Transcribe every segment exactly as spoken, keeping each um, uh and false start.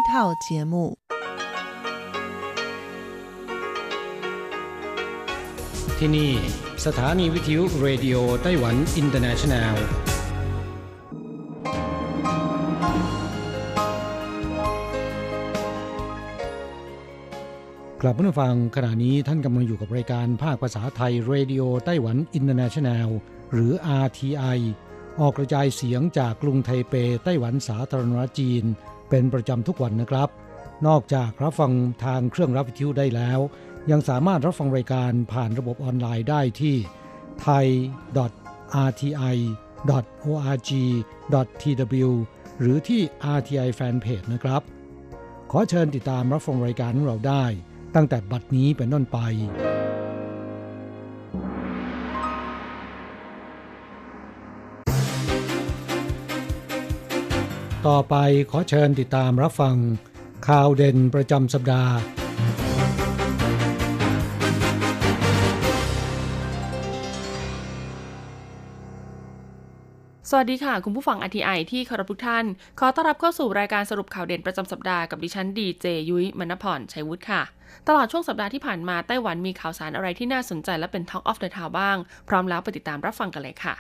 套节目ที่นี่สถานีวิทยุเรดิโอไต้หวันอินเตอร์เนชั่นแนลกลับมาฟังขณะนี้ท่านกำลังอยู่กับรายการภาคภาษาไทยเรดิโอไต้หวันอินเตอร์เนชั่นแนลหรือ อาร์ ที ไอ ออกกระจายเสียงจากกรุงไทเปไต้หวันสาธารณรัฐจีนเป็นประจำทุกวันนะครับนอกจากรับฟังทางเครื่องรับวิทยุได้แล้วยังสามารถรับฟังรายการผ่านระบบออนไลน์ได้ที่ ไทย ดอท อาร์ ที ไอ ดอท โอ อาร์ จี ดอท ที ดับเบิลยู หรือที่ อาร์ ที ไอ Fanpage นะครับขอเชิญติดตามรับฟังรายการของเราได้ตั้งแต่บัดนี้เป็นต้นไปต่อไปขอเชิญติดตามรับฟังข่าวเด่นประจำสัปดาห์สวัสดีค่ะคุณผู้ฟัง อาร์ ที ไอ ที่เคารพทุกท่านขอต้อนรับเข้าสู่รายการสรุปข่าวเด่นประจำสัปดาห์กับดิฉันดีเจยุ้ยมณพรชัยวุฒิค่ะตลอดช่วงสัปดาห์ที่ผ่านมาไต้หวันมีข่าวสารอะไรที่น่าสนใจและเป็น Talk of the Town บ้างพร้อมแล้วไปติดตามรับฟังกันเลยค่ะ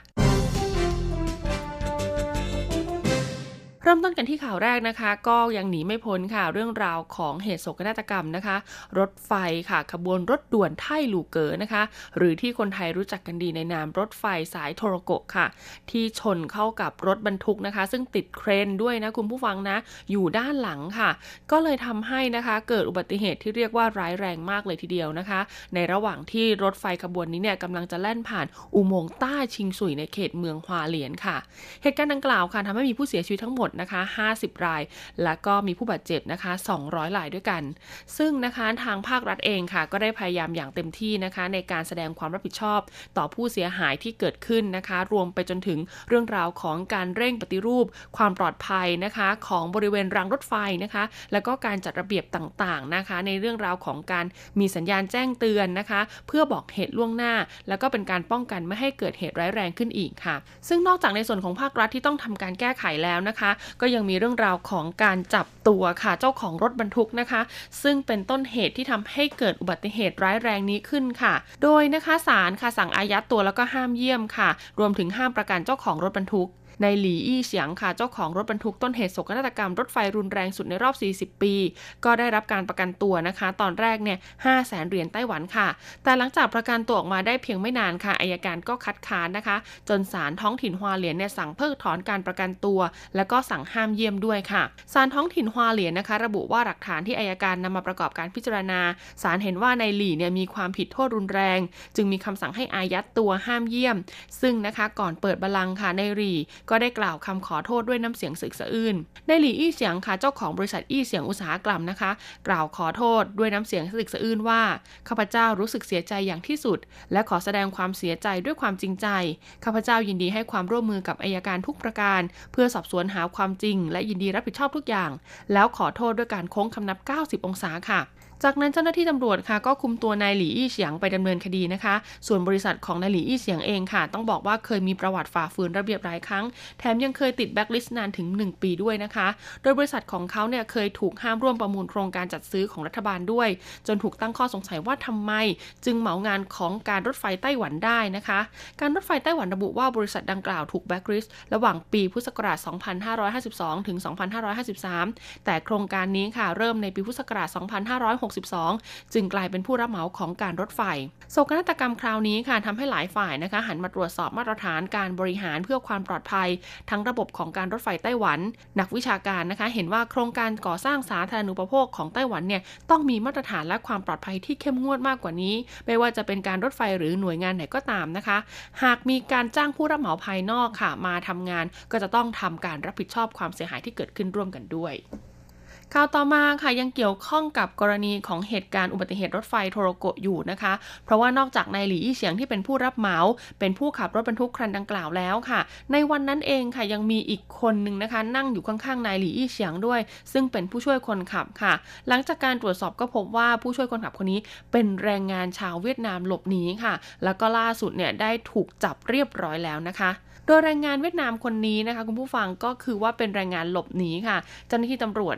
เริ่มต้นกันที่ข่าวแรกนะคะก็ยังหนีไม่พ้นค่ะเรื่องราวของเหตุโศกนาฏกรรมนะคะรถไฟค่ะขบวนรถด่วนไท่หลู่เก๋อนะคะหรือที่คนไทยรู้จักกันดีในนามรถไฟสายโทโรโกะค่ะที่ชนเข้ากับรถบรรทุกนะคะซึ่งติดเครนด้วยนะคุณผู้ฟังนะอยู่ด้านหลังค่ะก็เลยทำให้นะคะเกิดอุบัติเหตุที่เรียกว่าร้ายแรงมากเลยทีเดียวนะคะในระหว่างที่รถไฟขบวนนี้เนี่ยกำลังจะแล่นผ่านอุโมงค์ต้าชิงสุยในเขตเมืองฮวาเหลียนค่ะเหตุการณ์ดังกล่าวค่ะทำให้มีผู้เสียชีวิตทั้งหมดนะคะห้าสิบรายและก็มีผู้บาดเจ็บนะคะสองร้อยรายด้วยกันซึ่งนะคะทางภาครัฐเองค่ะก็ได้พยายามอย่างเต็มที่นะคะในการแสดงความรับผิดชอบต่อผู้เสียหายที่เกิดขึ้นนะคะรวมไปจนถึงเรื่องราวของการเร่งปฏิรูปความปลอดภัยนะคะของบริเวณรางรถไฟนะคะแล้วก็การจัดระเบียบต่างๆนะคะในเรื่องราวของการมีสัญญาณแจ้งเตือนนะคะเพื่อบอกเหตุล่วงหน้าแล้วก็เป็นการป้องกันไม่ให้เกิดเหตุร้ายแรงขึ้นอีกค่ะซึ่งนอกจากในส่วนของภาครัฐที่ต้องทำการแก้ไขแล้วนะคะก็ยังมีเรื่องราวของการจับตัวค่ะเจ้าของรถบรรทุกนะคะซึ่งเป็นต้นเหตุที่ทำให้เกิดอุบัติเหตุร้ายแรงนี้ขึ้นค่ะโดยนะคะศาลค่ะสั่งอายัดตัวแล้วก็ห้ามเยี่ยมค่ะรวมถึงห้ามประกันเจ้าของรถบรรทุกในหลี่อี้เฉียงค่ะเจ้าของรถบรรทุกต้นเหตุโศกนาฏกรรมรถไฟรุนแรงสุดในรอบสี่สิบปีก็ได้รับการประกันตัวนะคะตอนแรกเนี่ย ห้าแสน เหรียญไต้หวันค่ะแต่หลังจากประกันตัวออกมาได้เพียงไม่นานค่ะอัยการก็คัดค้านนะคะจนศาลท้องถิ่นฮวาเหลียนเนี่ยสั่งเพิกถอนการประกันตัวแล้วก็สั่งห้ามเยี่ยมด้วยค่ะศาลท้องถิ่นฮวาเหลียนนะคะระบุว่าหลักฐานที่อัยการนำมาประกอบการพิจารณาศาลเห็นว่าในหลี่เนี่ยมีความผิดโทษรุนแรงจึงมีคำสั่งให้อายัดตัวห้ามเยี่ยมซึ่งนะคะก่อนเปิดบัลลังก์ค่ะในหลี่ก็ได้กล่าวคำขอโทษด้วยน้ำเสียงสึกสะอื้นในหลี่อี้เสียงค่ะเจ้าของบริษัทอี้เสียงอุตสาหกรรมนะคะกล่าวขอโทษด้วยน้ำเสียงสึกสะอื้นว่าข้าพเจ้ารู้สึกเสียใจอย่างที่สุดและขอแสดงความเสียใจด้วยความจริงใจข้าพเจ้ายินดีให้ความร่วมมือกับอัยการทุกประการเพื่อสอบสวนหาความจริงและยินดีรับผิดชอบทุกอย่างแล้วขอโทษด้วยการโค้งคำนับเก้าสิบองศาค่ะจากนั้นเจ้าหน้าที่ตำรวจค่ะก็คุมตัวนายหลี่อี้เฉียงไปดำเนินคดีนะคะส่วนบริษัทของนายหลี่อี้เฉียงเองค่ะต้องบอกว่าเคยมีประวัติฝ่าฝืนระเบียบหลายครั้งแถมยังเคยติดแบล็คลิสต์นานถึงหนึ่งปีด้วยนะคะโดยบริษัทของเขาเนี่ยเคยถูกห้ามร่วมประมูลโครงการจัดซื้อของรัฐบาลด้วยจนถูกตั้งข้อสงสัยว่าทำไมจึงเหมางานของการรถไฟไต้หวันได้นะคะการรถไฟไต้หวันระบุว่าบริษัทดังกล่าวถูกแบล็คลิสต์ระหว่างปีพุทธศักราชสองพันห้าร้อยห้าสิบสองถึงสองพันห้าร้อยห้าสิบสามแต่โครงการนี้ค่ะเริ่มในปีพุทธศักราชสองพันห้าร้อยหกสิบสองจึงกลายเป็นผู้รับเหมาของการรถไฟโศกนาฏกรรมคราวนี้ค่ะทำให้หลายฝ่ายนะคะหันมาตรวจสอบมาตรฐานการบริหารเพื่อความปลอดภัยทั้งระบบของการรถไฟไต้หวันนักวิชาการนะคะเห็นว่าโครงการก่อสร้างสาธารณูปโภคของไต้หวันเนี่ยต้องมีมาตรฐานและความปลอดภัยที่เข้มงวดมากกว่านี้ไม่ว่าจะเป็นการรถไฟหรือหน่วยงานไหนก็ตามนะคะหากมีการจ้างผู้รับเหมาภายนอกค่ะมาทำงานก็จะต้องทำการรับผิดชอบความเสียหายที่เกิดขึ้นร่วมกันด้วยข่าวต่อมาค่ะยังเกี่ยวข้องกับกรณีของเหตุการณ์อุบัติเหตุรถไฟโทโรโกะอยู่นะคะเพราะว่านอกจากนายหลี่อี้เฉียงที่เป็นผู้รับเหมาเป็นผู้ขับรถบรรทุกคันดังกล่าวแล้วค่ะในวันนั้นเองค่ะยังมีอีกคนนึงนะคะนั่งอยู่ข้างๆนายหลี่อี้เฉียงด้วยซึ่งเป็นผู้ช่วยคนขับค่ะหลังจากการตรวจสอบก็พบว่าผู้ช่วยคนขับคนนี้เป็นแรงงานชาวเวียดนามหลบหนีค่ะแล้วก็ล่าสุดเนี่ยได้ถูกจับเรียบร้อยแล้วนะคะโดยแรงงานเวียดนามคนนี้นะคะคุณผู้ฟังก็คือว่าเป็นแรงงานหลบหนีค่ะเจ้าหน้าที่ตำรวจนะคะก็เลย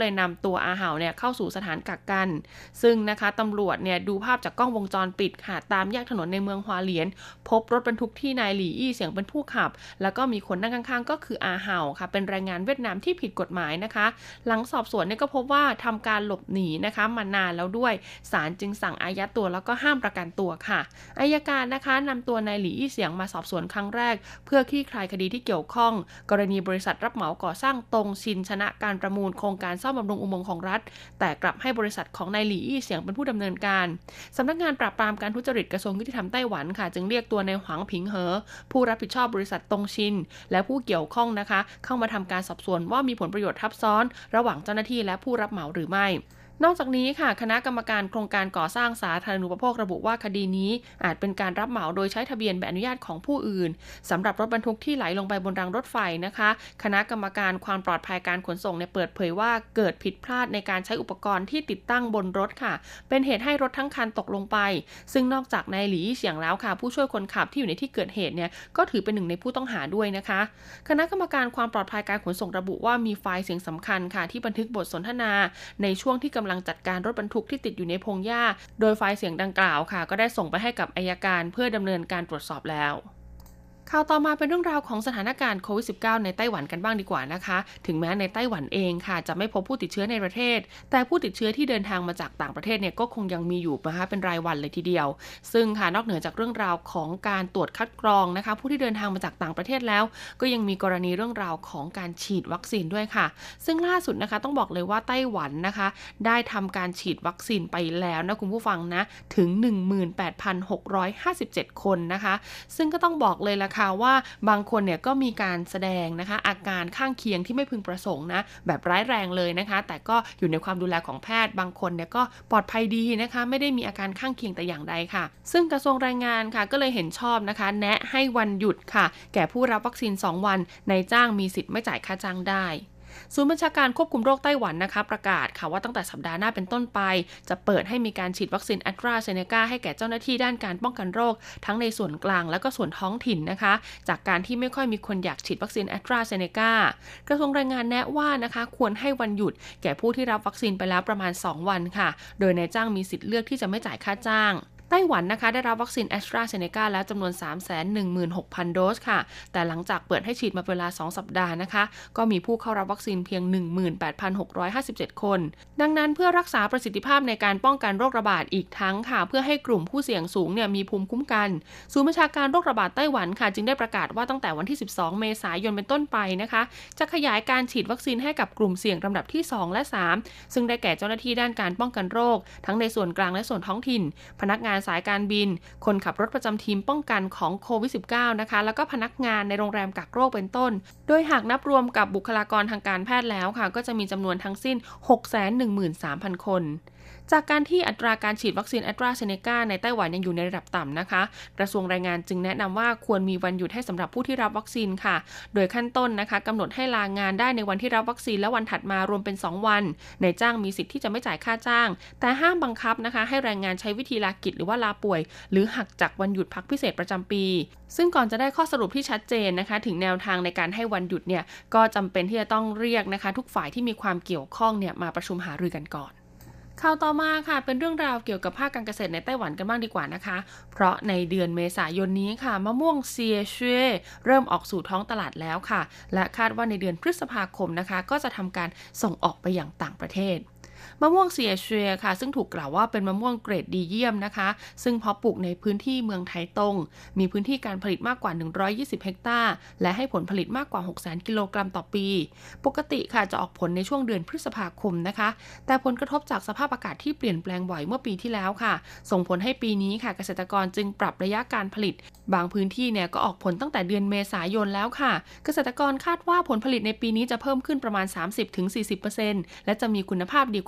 เลยนำตัวอาเหาเนี่ยเข้าสู่สถานกักกันซึ่งนะคะตำรวจเนี่ยดูภาพจากกล้องวงจรปิดค่ะตามแยกถนนในเมืองฮวาเหลียนพบรถบรรทุกที่นายหลี่อี้เสียงเป็นผู้ขับแล้วก็มีคนนั่งข้างๆก็คืออาเหาค่ะเป็นแรงงานเวียดนามที่ผิดกฎหมายนะคะหลังสอบสวนเนี่ยก็พบว่าทำการหลบหนีนะคะมานานแล้วด้วยศาลจึงสั่งอายัดตัวแล้วก็ห้ามประกันตัวค่ะอัยการนะคะนำตัวนายหลี่อี้เสียงมาสอบสวนครั้งแรกเพื่อคลี่คลายคดีที่เกี่ยวข้องกรณีบริษัทรับเหมาก่อสร้างตงชินชนะการประมูลโครงการซ่อมบำรุงอุโมงค์ของรัฐแต่กลับให้บริษัทของนายหลี่อี้เสียงเป็นผู้ดำเนินการสำนักงานปราบปรามการทุจริตกระทรวงยุติธรรมไต้หวันค่ะจึงเรียกตัวนายหวังผิงเหอผู้รับผิดชอบบริษัทตงชินและผู้เกี่ยวข้องนะคะเข้ามาทำการสอบสวนว่ามีผลประโยชน์ทับซ้อนระหว่างเจ้าหน้าที่และผู้รับเหมาหรือไม่นอกจากนี้ค่ะคณะกรรมการโครงการก่อสร้างสาธารณูปโภคระบุว่าคดีนี้อาจเป็นการรับเหมาโดยใช้ทะเบียนใบอนุญาตของผู้อื่นสำหรับรถบรรทุกที่ไหลลงไปบนรางรถไฟนะคะคณะกรรมการความปลอดภัยการขนส่งเนี่ยเปิดเผยว่าเกิดผิดพลาดในการใช้อุปกรณ์ที่ติดตั้งบนรถค่ะเป็นเหตุให้รถทั้งคันตกลงไปซึ่งนอกจากนายหลี่เฉียงแล้วค่ะผู้ช่วยคนขับที่อยู่ในที่เกิดเหตุเนี่ยก็ถือเป็นหนึ่งในผู้ต้องหาด้วยนะคะคณะกรรมการความปลอดภัยการขนส่งระบุว่ามีไฟล์เสียงสำคัญค่ะที่บันทึกบทสนทนาในช่วงที่กำลังจัดการรถบรรทุกที่ติดอยู่ในพงหญ้าโดยไฟล์เสียงดังกล่าวค่ะก็ได้ส่งไปให้กับอัยการเพื่อดำเนินการตรวจสอบแล้วข่าวต่อมาเป็นเรื่องราวของสถานการณ์โควิด สิบเก้า ในไต้หวันกันบ้างดีกว่านะคะถึงแม้ในไต้หวันเองค่ะจะไม่พบผู้ติดเชื้อในประเทศแต่ผู้ติดเชื้อที่เดินทางมาจากต่างประเทศเนี่ยก็คงยังมีอยู่นะคะเป็นรายวันเลยทีเดียวซึ่งค่ะนอกเหนือจากเรื่องราวของการตรวจคัดกรองนะคะผู้ที่เดินทางมาจากต่างประเทศแล้วก็ยังมีกรณีเรื่องราวของการฉีดวัคซีนด้วยค่ะซึ่งล่าสุดนะคะต้องบอกเลยว่าไต้หวันนะคะได้ทำการฉีดวัคซีนไปแล้วนะคุณผู้ฟังนะถึง หนึ่งหมื่นแปดพันหกร้อยห้าสิบเจ็ด คนนะคะซึ่งก็ต้องบอกเลยละค่ะว่าบางคนเนี่ยก็มีการแสดงนะคะอาการข้างเคียงที่ไม่พึงประสงค์นะแบบร้ายแรงเลยนะคะแต่ก็อยู่ในความดูแลของแพทย์บางคนเนี่ยก็ปลอดภัยดีนะคะไม่ได้มีอาการข้างเคียงแต่อย่างใดค่ะซึ่งกระทรวงแรงงานค่ะก็เลยเห็นชอบนะคะแนะให้วันหยุดค่ะแก่ผู้รับวัคซีนสองวันนายจ้างมีสิทธิ์ไม่จ่ายค่าจ้างได้ศูนย์บัญชาการควบคุมโรคไต้หวันนะคะประกาศค่ะว่าตั้งแต่สัปดาห์หน้าเป็นต้นไปจะเปิดให้มีการฉีดวัคซีนแอสตราเซเนกาให้แก่เจ้าหน้าที่ด้านการป้องกันโรคทั้งในส่วนกลางและก็ส่วนท้องถิ่นนะคะจากการที่ไม่ค่อยมีคนอยากฉีดวัคซีนแอสตราเซเนกากระทรวงแรงงานแนะว่านะคะควรให้วันหยุดแก่ผู้ที่รับวัคซีนไปแล้วประมาณสองวันค่ะโดยนายจ้างมีสิทธิ์เลือกที่จะไม่จ่ายค่าจ้างไต้หวันนะคะได้รับวัคซีนแอสตราเซเนกาแล้วจำนวน สามแสนหนึ่งหมื่นหกพัน โดสค่ะแต่หลังจากเปิดให้ฉีดมาเวลาสองสัปดาห์นะคะก็มีผู้เข้ารับวัคซีนเพียง หนึ่งหมื่นแปดพันหกร้อยห้าสิบเจ็ด คนดังนั้นเพื่อรักษาประสิทธิภาพในการป้องกันโรคระบาดอีกทั้งค่ะเพื่อให้กลุ่มผู้เสี่ยงสูงเนี่ยมีภูมิคุ้มกันศูนย์บัญชาการโรคระบาดไต้หวันค่ะจึงได้ประกาศว่าตั้งแต่วันที่สิบสองเมษายนเป็นต้นไปนะคะจะขยายการฉีดวัคซีนให้กับกลุ่มเสี่ยงลำดับที่สองและสามซึ่งได้แก่เจ้าหน้าที่ด้านการป้องกันโรคทั้งในส่วนกลางและส่วนท้องถิ่นพนักงานสายการบินคนขับรถประจำทีมป้องกันของโควิด สิบเก้า นะคะแล้วก็พนักงานในโรงแรมกักโรคเป็นต้นโดยหากนับรวมกับบุคลากรทางการแพทย์แล้วค่ะก็จะมีจำนวนทั้งสิ้น หกแสนหนึ่งหมื่นสามพัน คนจากการที่อัตราการฉีดวัคซีนแอสตราเซเนกาในไต้หวันยังอยู่ในระดับต่ำนะคะกระทรวงแรงงานจึงแนะนำว่าควรมีวันหยุดให้สำหรับผู้ที่รับวัคซีนค่ะโดยขั้นต้นนะคะกำหนดให้ลางานได้ในวันที่รับวัคซีนและวันถัดมารวมเป็นสองวันนายจ้างมีสิทธิ์ที่จะไม่จ่ายค่าจ้างแต่ห้ามบังคับนะคะให้แรงงานใช้วิธีลากิจหรือว่าลาป่วยหรือหักจากวันหยุดพักพิเศษประจำปีซึ่งก่อนจะได้ข้อสรุปที่ชัดเจนนะคะถึงแนวทางในการให้วันหยุดเนี่ยก็จำเป็นที่จะต้องเรียกนะคะทุกฝ่ายที่มีความเกี่ยวข้องเนี่ยมาประชุมหารือกันก่อนข่าวต่อมาค่ะเป็นเรื่องราวเกี่ยวกับภาคการเกษตรในไต้หวันกันบ้างดีกว่านะคะเพราะในเดือนเมษายนนี้ค่ะมะม่วงเซียเช่เริ่มออกสู่ท้องตลาดแล้วค่ะและคาดว่าในเดือนพฤษภาคมนะคะก็จะทำการส่งออกไปยังต่างประเทศมะม่วงเซียเช่ค่ะซึ่งถูกกล่าวว่าเป็นมะม่วงเกรดดีเยี่ยมนะคะซึ่งเพาะปลูกในพื้นที่เมืองไทตงมีพื้นที่การผลิตมากกว่าหนึ่งร้อยยี่สิบเฮกตาร์และให้ผลผลิตมากกว่า หกแสน กิโลกรัมต่อปีปกติค่ะจะออกผลในช่วงเดือนพฤษภาคมนะคะแต่ผลกระทบจากสภาพอากาศที่เปลี่ยนแปลงบ่อยเมื่อปีที่แล้วค่ะส่งผลให้ปีนี้ค่ะเกษตรกรจึงปรับระยะการผลิตบางพื้นที่เนี่ยก็ออกผลตั้งแต่เดือนเมษายนแล้วค่ะเกษตรกรคาดว่าผลผลิตในปีนี้จะเพิ่มขึ้นประมาณ สามสิบถึงสี่สิบเปอร์เซ็นต์ และจะมีคุณภาพดีกว่า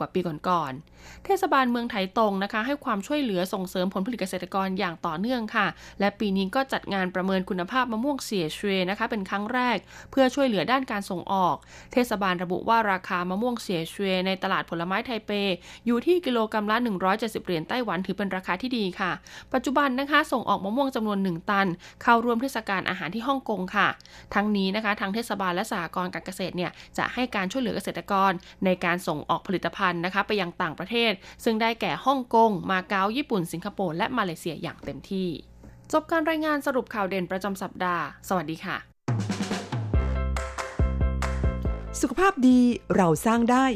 ว่าปีก่อนๆเทศบาลเมืองไถตงนะคะให้ความช่วยเหลือส่งเสริมผลผลิตเกษตรกรอย่างต่อเนื่องค่ะและปีนี้ก็จัดงานประเมินคุณภาพมะม่วงเสี่ยเชยนะคะเป็นครั้งแรกเพื่อช่วยเหลือด้านการส่งออกเทศบาลระบุว่าราคามะม่วงเสี่ยเชยในตลาดผลไม้ไทเปอยู่ที่กิโลกรัมละหนึ่งร้อยเจ็ดสิบเหรียญไต้หวันถือเป็นราคาที่ดีค่ะปัจจุบันนะคะส่งออกมะม่วงจำนวนหนึ่งตันเข้าร่วมเทศกาลอาหารที่ฮ่องกงค่ะทั้งนี้นะคะทางเทศบาลและสหกรณ์การเกษตรเนี่ยจะให้การช่วยเหลือเกษตรกรในการส่งออกผลิตภัณฑ์นะคะไปยังต่างประเทศซึ่งได้แก่ฮ่องกงมาเก๊าญี่ปุ่นสิงคโปร์และมาเลเซียอย่างเต็มที่จบการรายงานสรุปข่าวเด่นประจำสัปดาห์สวัสดีค่ะสุขภาพดีเราสร้างได้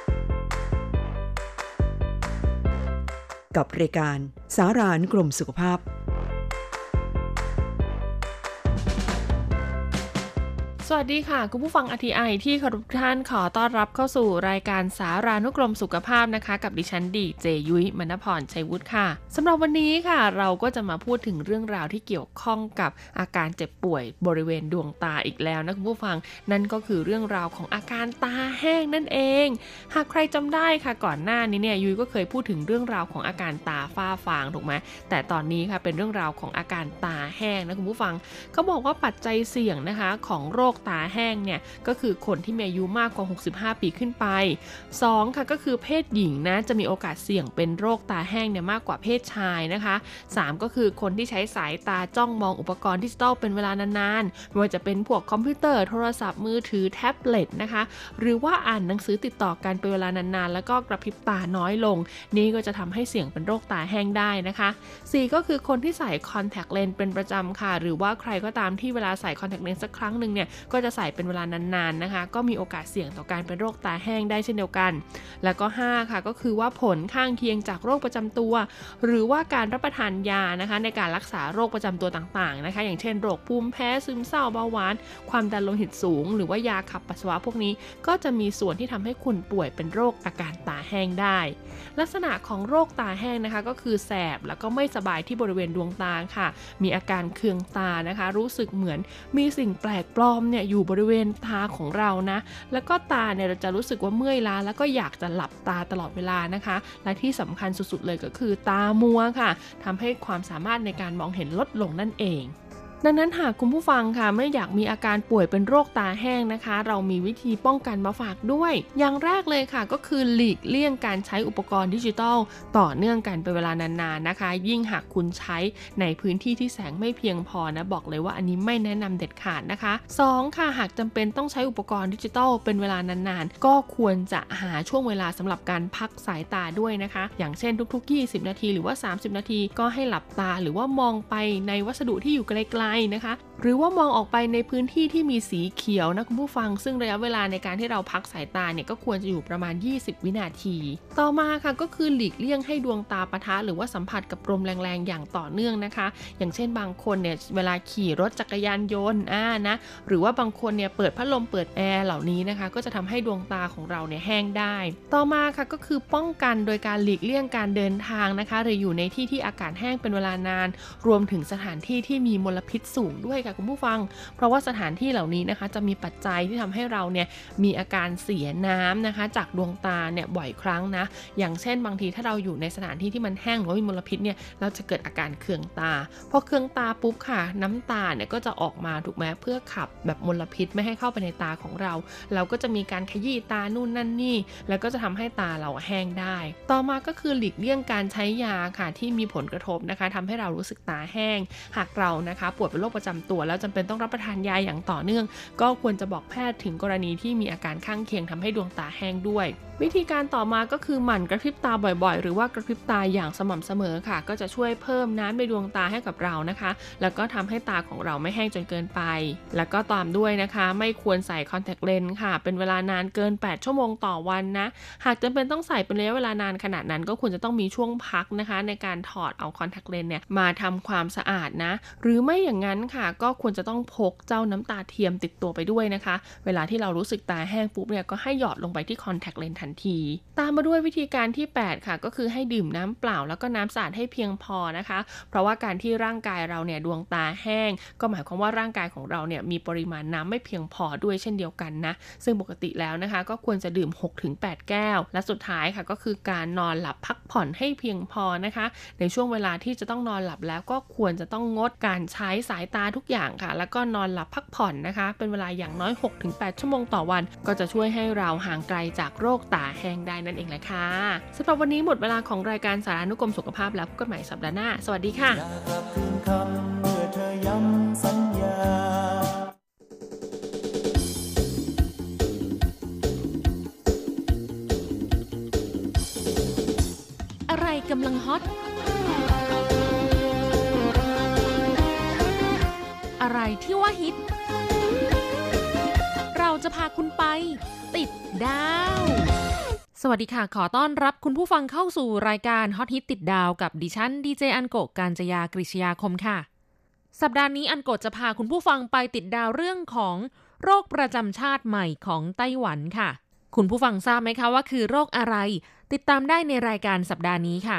กับรายการสารานกรมสุขภาพสวัสดีค่ะคุณผู้ฟัง อาร์ ที ไอ ที่เคารพทุกท่านขอต้อนรับเข้าสู่รายการสารานุกรมสุขภาพนะคะกับดิฉันดีเจยุ้ยมณพรชัยวุฒิค่ะสำหรับวันนี้ค่ะเราก็จะมาพูดถึงเรื่องราวที่เกี่ยวข้องกับอาการเจ็บป่วยบริเวณดวงตาอีกแล้วนะคุณผู้ฟังนั่นก็คือเรื่องราวของอาการตาแห้งนั่นเองหากใครจำได้ค่ะก่อนหน้านี้เนี่ยยุ้ยก็เคยพูดถึงเรื่องราวของอาการตาฝ้าฟางถูกไหมแต่ตอนนี้ค่ะเป็นเรื่องราวของอาการตาแห้งนะคุณผู้ฟังเขาบอกว่าปัจจัยเสี่ยงนะคะของโรคตาแห้งเนี่ยก็คือคนที่มีอายุมากกว่าหกสิบห้าปีขึ้นไปสองค่ะก็คือเพศหญิงนะจะมีโอกาสเสี่ยงเป็นโรคตาแห้งเนี่ยมากกว่าเพศชายนะคะสามก็คือคนที่ใช้สายตาจ้องมองอุปกรณ์ดิจิตอลเป็นเวลานานๆไม่ว่าจะเป็นพวกคอมพิวเตอร์โทรศัพท์มือถือแท็บเล็ตนะคะหรือว่าอ่านหนังสือติดต่อกันเป็นเวลานานๆแล้วก็กระพริบตาน้อยลงนี่ก็จะทำให้เสี่ยงเป็นโรคตาแห้งได้นะคะสี่ก็คือคนที่ใส่คอนแทคเลนส์เป็นประจำค่ะหรือว่าใครก็ตามที่เวลาใส่คอนแทคเลนส์สักครั้งนึงเนี่ยก็จะใส่เป็นเวลานานๆนะคะก็มีโอกาสเสี่ยงต่อการเป็นโรคตาแห้งได้เช่นเดียวกันแล้วก็ห้าค่ะก็คือว่าผลข้างเคียงจากโรคประจำตัวหรือว่าการรับประทานยานะคะในการรักษาโรคประจำตัวต่างๆนะคะอย่างเช่นโรคภูมิแพ้ซึมเศร้าเบาหวานความดันโลหิตสูงหรือว่ายาขับปัสสาวะพวกนี้ก็จะมีส่วนที่ทำให้คุณป่วยเป็นโรคอาการตาแห้งได้ลักษณะของโรคตาแห้งนะคะก็คือแสบแล้วก็ไม่สบายที่บริเวณดวงตาค่ะมีอาการเคืองตานะคะรู้สึกเหมือนมีสิ่งแปลกปลอมเนี่ยอยู่บริเวณตาของเรานะแล้วก็ตาเนี่ยเราจะรู้สึกว่าเมื่อยล้าแล้วก็อยากจะหลับตาตลอดเวลานะคะและที่สำคัญสุดๆเลยก็คือตามัวค่ะทำให้ความสามารถในการมองเห็นลดลงนั่นเองดังนั้นหากคุณผู้ฟังค่ะไม่อยากมีอาการป่วยเป็นโรคตาแห้งนะคะเรามีวิธีป้องกันมาฝากด้วยอย่างแรกเลยค่ะก็คือหลีกเลี่ยงการใช้อุปกรณ์ดิจิทัลต่อเนื่องกันเป็นเวลานานๆนะคะยิ่งหากคุณใช้ในพื้นที่ที่แสงไม่เพียงพอนะบอกเลยว่าอันนี้ไม่แนะนำเด็ดขาดนะคะสองค่ะหากจำเป็นต้องใช้อุปกรณ์ดิจิทัลเป็นเวลานานๆก็ควรจะหาช่วงเวลาสำหรับการพักสายตาด้วยนะคะอย่างเช่นทุกๆยี่สิบนาทีหรือว่าสามสิบนาทีก็ให้หลับตาหรือว่ามองไปในวัสดุที่อยู่ไกลนะคะหรือว่ามองออกไปในพื้นที่ที่มีสีเขียวนะคุณผู้ฟังซึ่งระยะเวลาในการที่เราพักสายตาเนี่ยก็ควรจะอยู่ประมาณยี่สิบวินาทีต่อมาค่ะก็คือหลีกเลี่ยงให้ดวงตาปะทะหรือว่าสัมผัสกับลมแรงๆอย่างต่อเนื่องนะคะอย่างเช่นบางคนเนี่ยเวลาขี่รถจักรยานยนต์อ่านะหรือว่าบางคนเนี่ยเปิดพัดลมเปิดแอร์เหล่านี้นะคะก็จะทำให้ดวงตาของเราเนี่ยแห้งได้ต่อมาค่ะก็คือป้องกันโดยการหลีกเลี่ยงการเดินทางนะคะหรืออยู่ในที่ที่อากาศแห้งเป็นเวลานานรวมถึงสถานที่ที่มีมลพิษสูงด้วยค่ะคุณผู้ฟังเพราะว่าสถานที่เหล่านี้นะคะจะมีปัจจัยที่ทำให้เราเนี่ยมีอาการเสียน้ำนะคะจากดวงตาเนี่ยบ่อยครั้งนะอย่างเช่นบางทีถ้าเราอยู่ในสถานที่ที่มันแห้งหรือมีมลพิษเนี่ยเราจะเกิดอาการเคืองตาพอเคืองตาปุ๊บค่ะน้ำตาเนี่ยก็จะออกมาถูกไหมเพื่อขับแบบมลพิษไม่ให้เข้าไปในตาของเราเราก็จะมีการขยี้ตานู่นนั่นนี่แล้วก็จะทำให้ตาเราแห้งได้ต่อมาก็คือหลีกเลี่ยงการใช้ยาค่ะที่มีผลกระทบนะคะทำให้เรารู้สึกตาแห้งหากเรานะคะป่วยเป็นโรคประจำตัวแล้วจำเป็นต้องรับประทานยาอย่างต่อเนื่องก็ควรจะบอกแพทย์ถึงกรณีที่มีอาการข้างเคียงทำให้ดวงตาแห้งด้วยวิธีการต่อมาก็คือหมั่นกระพริบตาบ่อยๆหรือว่ากระพริบตาอย่างสม่ำเสมอค่ะก็จะช่วยเพิ่มน้ำในดวงตาให้กับเรานะคะแล้วก็ทำให้ตาของเราไม่แห้งจนเกินไปแล้วก็ตามด้วยนะคะไม่ควรใส่คอนแทคเลนส์ค่ะเป็นเวลานานเกินแปดชั่วโมงต่อวันนะหากจำเป็นต้องใส่เป็นระยะเวลานานขนาดนั้นก็ควรจะต้องมีช่วงพักนะคะในการถอดเอาคอนแทคเลนส์เนี่ยมาทำความสะอาดนะหรือไม่อย่างนั้นค่ะก็ควรจะต้องพกเจ้าน้ำตาเทียมติดตัวไปด้วยนะคะเวลาที่เรารู้สึกตาแห้งปุ๊บเนี่ยก็ให้หยอดลงไปที่คอนแทคเลนส์ทันทีตามมาด้วยวิธีการที่แปดค่ะก็คือให้ดื่มน้ำเปล่าแล้วก็น้ำสะอาดให้เพียงพอนะคะเพราะว่าการที่ร่างกายเราเนี่ยดวงตาแห้งก็หมายความว่าร่างกายของเราเนี่ยมีปริมาณน้ำไม่เพียงพอด้วยเช่นเดียวกันนะซึ่งปกติแล้วนะคะก็ควรจะดื่ม หกถึงแปด แก้วและสุดท้ายค่ะก็คือการนอนหลับพักผ่อนให้เพียงพอนะคะในช่วงเวลาที่จะต้องนอนหลับแล้วก็ควรจะต้องงดการใช้สายตาทุกอย่างค่ะแล้วก็นอนหลับพักผ่อนนะคะเป็นเวลาอย่างน้อย หกถึงแปด ชั่วโมงต่อวันก็จะช่วยให้เราห่างไกลจากโรคตาแห้งได้นั่นเองแหละค่ะสำหรับวันนี้หมดเวลาของรายการสารานุกรมสุขภาพแล้วพบกันใหม่สัปดาห์หน้าสวัสดีค่ะอะไรกำลังฮอตอะไรที่ว่าฮิตเราจะพาคุณไปติดดาวสวัสดีค่ะขอต้อนรับคุณผู้ฟังเข้าสู่รายการฮอตฮิตติดดาวกับดิฉันดีเจอันโกะกาญจยากฤษยาคมค่ะสัปดาห์นี้อันโกะจะพาคุณผู้ฟังไปติดดาวเรื่องของโรคประจำชาติใหม่ของไต้หวันค่ะคุณผู้ฟังทราบไหมคะว่าคือโรคอะไรติดตามได้ในรายการสัปดาห์นี้ค่ะ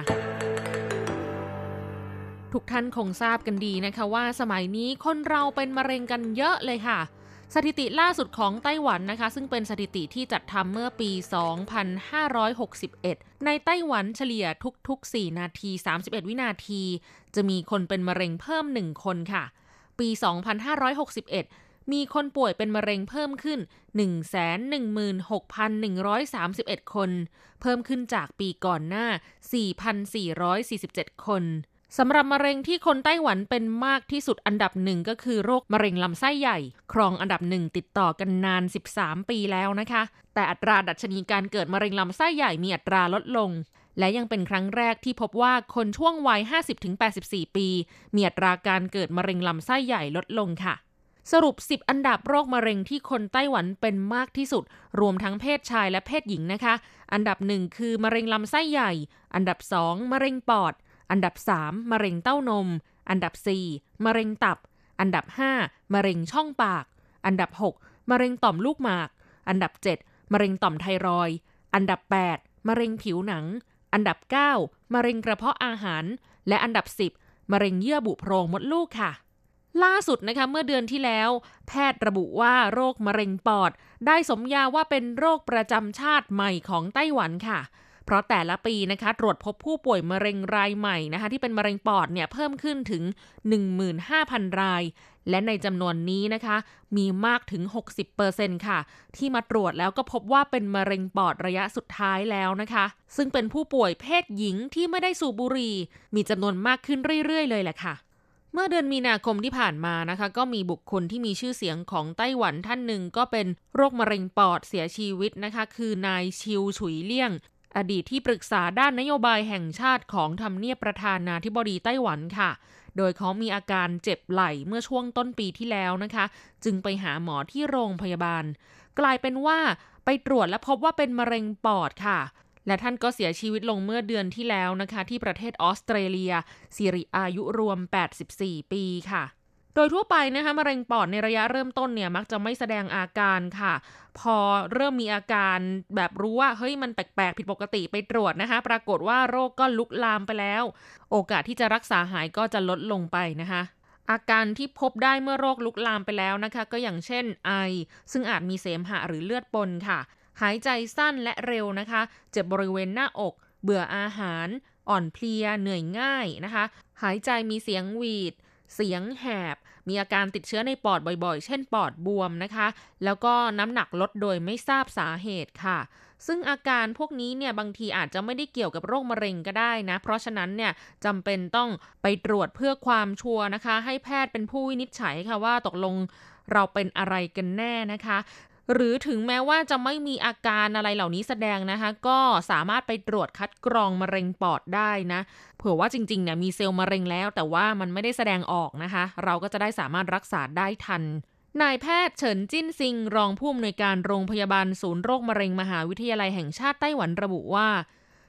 ทุกท่านคงทราบกันดีนะคะว่าสมัยนี้คนเราเป็นมะเร็งกันเยอะเลยค่ะสถิติล่าสุดของไต้หวันนะคะซึ่งเป็นสถิติที่จัดทำเมื่อปี สองพันห้าร้อยหกสิบเอ็ด ในไต้หวันเฉลี่ยทุกๆ สี่ นาที สามสิบเอ็ด วินาทีจะมีคนเป็นมะเร็งเพิ่ม หนึ่ง คนค่ะปี สองพันห้าร้อยหกสิบเอ็ด มีคนป่วยเป็นมะเร็งเพิ่มขึ้น หนึ่งแสนหนึ่งหมื่นหกพันหนึ่งร้อยสามสิบเอ็ด คนเพิ่มขึ้นจากปีก่อนหน้า สี่พันสี่ร้อยสี่สิบเจ็ด คนสำหรับมะเร็งที่คนไต้หวันเป็นมากที่สุดอันดับหนึ่งก็คือโรคมะเร็งลำไส้ใหญ่ครองอันดับหนึ่งติดต่อกันนานสิบสามปีแล้วนะคะแต่อัตราดัชนีการเกิดมะเร็งลำไส้ใหญ่มีอัตราลดลงและยังเป็นครั้งแรกที่พบว่าคนช่วงวัย ห้าสิบถึงแปดสิบสี่ ปีมีอัตราการเกิดมะเร็งลำไส้ใหญ่ลดลงค่ะสรุปสิบอันดับโรคมะเร็งที่คนไต้หวันเป็นมากที่สุดรวมทั้งเพศชายและเพศหญิงนะคะอันดับหนึ่งคือมะเร็งลำไส้ใหญ่อันดับสองมะเร็งปอดอันดับสามมะเร็งเต้านมอันดับสี่มะเร็งตับอันดับห้ามะเร็งช่องปากอันดับหกมะเร็งต่อมลูกหมากอันดับเจ็ดมะเร็งต่อมไทรอยด์อันดับแปดมะเร็งผิวหนังอันดับเก้ามะเร็งกระเพาะอาหารและอันดับสิบมะเร็งเยื่อบุโพรงมดลูกค่ะล่าสุดนะคะเมื่อเดือนที่แล้วแพทย์ระบุว่าโรคมะเร็งปอดได้สมญาว่าเป็นโรคประจำชาติใหม่ของไต้หวันค่ะเพราะแต่ละปีนะคะตรวจพบผู้ป่วยมะเร็งรายใหม่นะคะที่เป็นมะเร็งปอดเนี่ยเพิ่มขึ้นถึง หนึ่งหมื่นห้าพัน รายและในจำนวนนี้นะคะมีมากถึง หกสิบเปอร์เซ็นต์ ค่ะที่มาตรวจแล้วก็พบว่าเป็นมะเร็งปอดระยะสุดท้ายแล้วนะคะซึ่งเป็นผู้ป่วยเพศหญิงที่ไม่ได้สูบบุหรี่มีจำนวนมากขึ้นเรื่อยๆเลยแหละค่ะเมื่อเดือนมีนาคมที่ผ่านมานะคะก็มีบุคคลที่มีชื่อเสียงของไต้หวันท่านหนึ่งก็เป็นโรคมะเร็งปอดเสียชีวิตนะคะคือนายชิวฉุยเลี่ยงอดีตที่ปรึกษาด้านนโยบายแห่งชาติของทำเนียบประธานาธิบดีไต้หวันค่ะโดยเขามีอาการเจ็บไหล่เมื่อช่วงต้นปีที่แล้วนะคะจึงไปหาหมอที่โรงพยาบาลกลายเป็นว่าไปตรวจและพบว่าเป็นมะเร็งปอดค่ะและท่านก็เสียชีวิตลงเมื่อเดือนที่แล้วนะคะที่ประเทศออสเตรเลียสิริอายุรวมแปดสิบสี่ปีค่ะโดยทั่วไปนะคะมะเร็งปอดในระยะเริ่มต้นเนี่ยมักจะไม่แสดงอาการค่ะพอเริ่มมีอาการแบบรู้ว่าเฮ้ยมันแปลกๆผิดปกติไปตรวจนะคะปรากฏว่าโรคก็ลุกลามไปแล้วโอกาสที่จะรักษาหายก็จะลดลงไปนะคะอาการที่พบได้เมื่อโรคลุกลามไปแล้วนะคะก็อย่างเช่นไอซึ่งอาจมีเสมหะหรือเลือดปนค่ะหายใจสั้นและเร็วนะคะเจ็บบริเวณหน้าอกเบื่ออาหารอ่อนเพลียเหนื่อยง่ายนะคะหายใจมีเสียงหวีดเสียงแหบมีอาการติดเชื้อในปอดบ่อยๆเช่นปอดบวมนะคะแล้วก็น้ำหนักลดโดยไม่ทราบสาเหตุค่ะซึ่งอาการพวกนี้เนี่ยบางทีอาจจะไม่ได้เกี่ยวกับโรคมะเร็งก็ได้นะเพราะฉะนั้นเนี่ยจำเป็นต้องไปตรวจเพื่อความชัวร์นะคะให้แพทย์เป็นผู้วินิจฉัยค่ะว่าตกลงเราเป็นอะไรกันแน่นะคะหรือถึงแม้ว่าจะไม่มีอาการอะไรเหล่านี้แสดงนะคะก็สามารถไปตรวจคัดกรองมะเร็งปอดได้นะเผื่อว่าจริงๆเนี่ยมีเซลล์มะเร็งแล้วแต่ว่ามันไม่ได้แสดงออกนะคะเราก็จะได้สามารถรักษาได้ทันนายแพทย์เฉินจิ้นซิงรองผู้อำนวยการโรงพยาบาลศูนย์โรคมะเร็งมหาวิทยาลัยแห่งชาติไต้หวันระบุว่า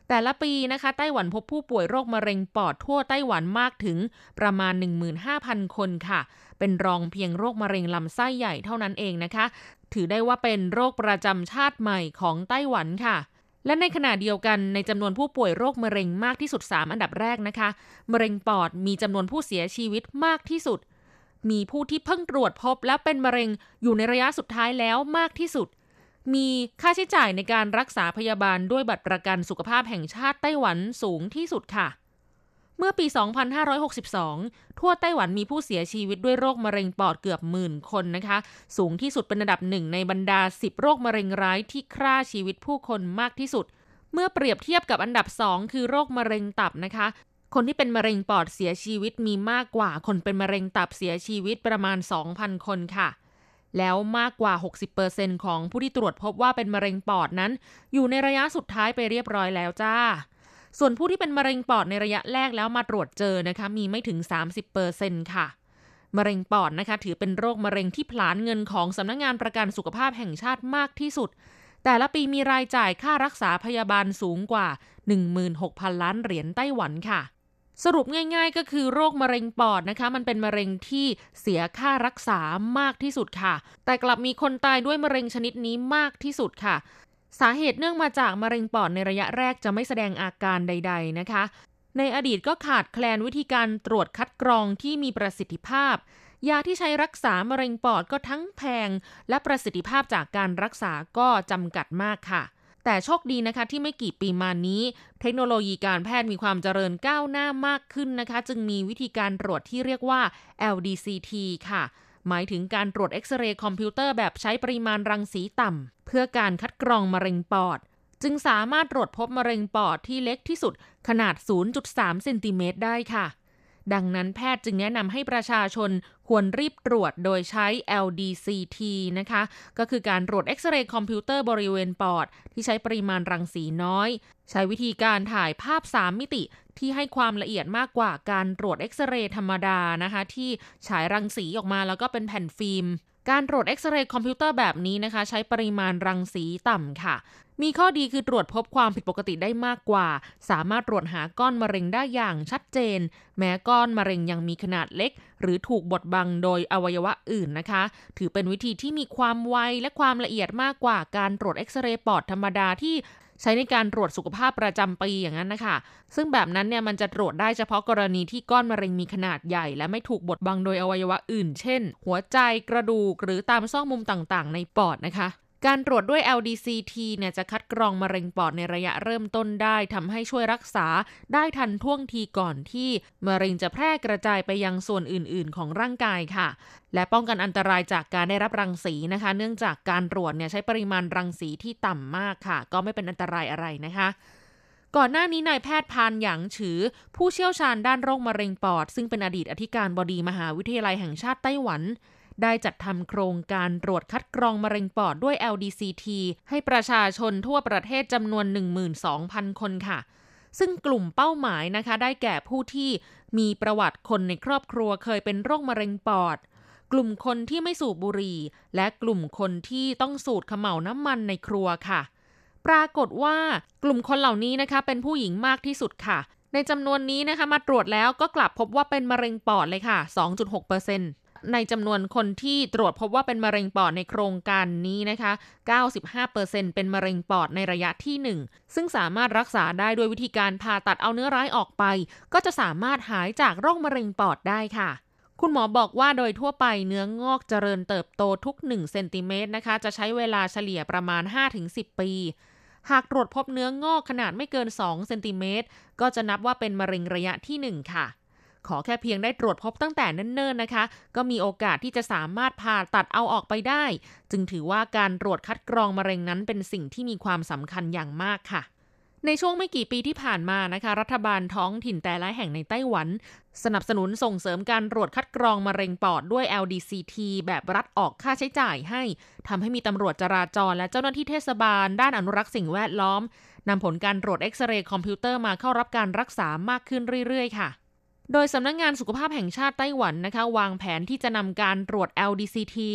แต่ละปีนะคะไต้หวันพบผู้ป่วยโรคมะเร็งปอดทั่วไต้หวันมากถึงประมาณ หนึ่งหมื่นห้าพัน คนค่ะเป็นรองเพียงโรคมะเร็งลำไส้ใหญ่เท่านั้นเองนะคะถือได้ว่าเป็นโรคประจำชาติใหม่ของไต้หวันค่ะและในขณะเดียวกันในจำนวนผู้ป่วยโรคมะเร็งมากที่สุดสามอันดับแรกนะคะมะเร็งปอดมีจำนวนผู้เสียชีวิตมากที่สุดมีผู้ที่เพิ่งตรวจพบแล้วเป็นมะเร็งอยู่ในระยะสุดท้ายแล้วมากที่สุดมีค่าใช้จ่ายในการรักษาพยาบาลด้วยบัตรประกันสุขภาพแห่งชาติไต้หวันสูงที่สุดค่ะเมื่อปี สองพันห้าร้อยหกสิบสอง ทั่วไต้หวันมีผู้เสียชีวิตด้วยโรคมะเร็งปอดเกือบหมื่นคนนะคะสูงที่สุดเป็นอันดับหนึ่งในบรรดาสิบโรคมะเร็งร้ายที่ฆ่าชีวิตผู้คนมากที่สุดเมื่อเปรียบเทียบกับอันดับสองคือโรคมะเร็งตับนะคะคนที่เป็นมะเร็งปอดเสียชีวิตมีมากกว่าคนเป็นมะเร็งตับเสียชีวิตประมาณ สองพัน คนค่ะแล้วมากกว่า หกสิบเปอร์เซ็นต์ ของผู้ที่ตรวจพบว่าเป็นมะเร็งปอดนั้นอยู่ในระยะสุดท้ายไปเรียบร้อยแล้วจ้าส่วนผู้ที่เป็นมะเร็งปอดในระยะแรกแล้วมาตรวจเจอนะคะมีไม่ถึง สามสิบเปอร์เซ็นต์ ค่ะมะเร็งปอดนะคะถือเป็นโรคมะเร็งที่ผลาญเงินของสำนักงานประกันสุขภาพแห่งชาติมากที่สุดแต่ละปีมีรายจ่ายค่ารักษาพยาบาลสูงกว่า หนึ่งหมื่นหกพัน ล้านเหรียญไต้หวันค่ะสรุปง่ายๆก็คือโรคมะเร็งปอดนะคะมันเป็นมะเร็งที่เสียค่ารักษามากที่สุดค่ะแต่กลับมีคนตายด้วยมะเร็งชนิดนี้มากที่สุดค่ะสาเหตุเนื่องมาจากมะเร็งปอดในระยะแรกจะไม่แสดงอาการใดๆนะคะในอดีตก็ขาดแคลนวิธีการตรวจคัดกรองที่มีประสิทธิภาพยาที่ใช้รักษามะเร็งปอดก็ทั้งแพงและประสิทธิภาพจากการรักษาก็จำกัดมากค่ะแต่โชคดีนะคะที่ไม่กี่ปีมานี้เทคโนโลยีการแพทย์มีความเจริญก้าวหน้ามากขึ้นนะคะจึงมีวิธีการตรวจที่เรียกว่า แอล ดี ซี ที ค่ะหมายถึงการตรวจเอ็กซเรย์คอมพิวเตอร์แบบใช้ปริมาณรังสีต่ำเพื่อการคัดกรองมะเร็งปอดจึงสามารถตรวจพบมะเร็งปอดที่เล็กที่สุดขนาด ศูนย์จุดสาม เซนติเมตรได้ค่ะดังนั้นแพทย์จึงแนะนำให้ประชาชนควรรีบตรวจโดยใช้ แอล ดี ซี ที นะคะก็คือการตรวจเอ็กซเรย์คอมพิวเตอร์บริเวณปอดที่ใช้ปริมาณรังสีน้อยใช้วิธีการถ่ายภาพสามมิติที่ให้ความละเอียดมากกว่าการตรวจเอ็กซเรย์ธรรมดานะคะที่ฉายรังสีออกมาแล้วก็เป็นแผ่นฟิล์มการตรวจเอ็กซเรย์คอมพิวเตอร์แบบนี้นะคะใช้ปริมาณรังสีต่ำค่ะมีข้อดีคือตรวจพบความผิดปกติได้มากกว่าสามารถตรวจหาก้อนมะเร็งได้อย่างชัดเจนแม้ก้อนมะเร็งยังมีขนาดเล็กหรือถูกบดบังโดยอวัยวะอื่นนะคะถือเป็นวิธีที่มีความไวและความละเอียดมากกว่าการตรวจเอ็กซเรย์ปอดธรรมดาที่ใช้ในการตรวจสุขภาพประจำปีอย่างนั้นนะคะซึ่งแบบนั้นเนี่ยมันจะตรวจได้เฉพาะกรณีที่ก้อนมะเร็งมีขนาดใหญ่และไม่ถูกบดบังโดยอวัยวะอื่นเช่นหัวใจกระดูกหรือตามซอกมุมต่างๆในปอดนะคะการตรวจด้วย แอล ดี ซี ที เนี่ยจะคัดกรองมะเร็งปอดในระยะเริ่มต้นได้ทำให้ช่วยรักษาได้ทันท่วงทีก่อนที่มะเร็งจะแพร่กระจายไปยังส่วนอื่นๆของร่างกายค่ะและป้องกันอันตรายจากการได้รับรังสีนะคะเนื่องจากการตรวจเนี่ยใช้ปริมาณรังสีที่ต่ำมากค่ะก็ไม่เป็นอันตรายอะไรนะคะก่อนหน้านี้นายแพทย์พานหยางฉือผู้เชี่ยวชาญด้านโรคมะเร็งปอดซึ่งเป็นอดีตอธิการบดีมหาวิทยาลัยแห่งชาติไต้หวันได้จัดทำโครงการตรวจคัดกรองมะเร็งปอดด้วย แอล ดี ซี ที ให้ประชาชนทั่วประเทศจำนวน หนึ่งหมื่นสองพัน คนค่ะซึ่งกลุ่มเป้าหมายนะคะได้แก่ผู้ที่มีประวัติคนในครอบครัวเคยเป็นโรคมะเร็งปอดกลุ่มคนที่ไม่สูบบุหรี่และกลุ่มคนที่ต้องสูดเขม่าน้ำมันในครัวค่ะปรากฏว่ากลุ่มคนเหล่านี้นะคะเป็นผู้หญิงมากที่สุดค่ะในจำนวนนี้นะคะมาตรวจแล้วก็กลับพบว่าเป็นมะเร็งปอดเลยค่ะ สองจุดหกเปอร์เซ็นต์ในจำนวนคนที่ตรวจพบว่าเป็นมะเร็งปอดในโครงการนี้นะคะ เก้าสิบห้าเปอร์เซ็นต์ เป็นมะเร็งปอดในระยะที่หนึ่งซึ่งสามารถรักษาได้ด้วยวิธีการผ่าตัดเอาเนื้อร้ายออกไปก็จะสามารถหายจากโรคมะเร็งปอดได้ค่ะคุณหมอบอกว่าโดยทั่วไปเนื้องอกเจริญเติบโตทุกหนึ่งเซนติเมตรนะคะจะใช้เวลาเฉลี่ยประมาณ ห้าถึงสิบ ปีหากตรวจพบเนื้องอกขนาดไม่เกินสองเซนติเมตรก็จะนับว่าเป็นมะเร็งระยะที่หนึ่งค่ะขอแค่เพียงได้ตรวจพบตั้งแต่เนิ่นๆนะคะก็มีโอกาสที่จะสามารถผ่าตัดเอาออกไปได้จึงถือว่าการตรวจคัดกรองมะเร็งนั้นเป็นสิ่งที่มีความสำคัญอย่างมากค่ะในช่วงไม่กี่ปีที่ผ่านมานะคะรัฐบาลท้องถิ่นแต่ละแห่งในไต้หวันสนับสนุนส่งเสริมการตรวจคัดกรองมะเร็งปอดด้วย แอล ดี ซี ที แบบรัฐออกค่าใช้จ่ายให้ทำให้มีตำรวจจราจรและเจ้าหน้าที่เทศบาลด้านอนุรักษ์สิ่งแวดล้อมนำผลการตรวจเอ็กซเรย์คอมพิวเตอร์มาเข้ารับการรักษามากขึ้นเรื่อยๆค่ะโดยสำนักงานสุขภาพแห่งชาติไต้หวันนะคะวางแผนที่จะนำการตรวจ แอล ดี ซี ที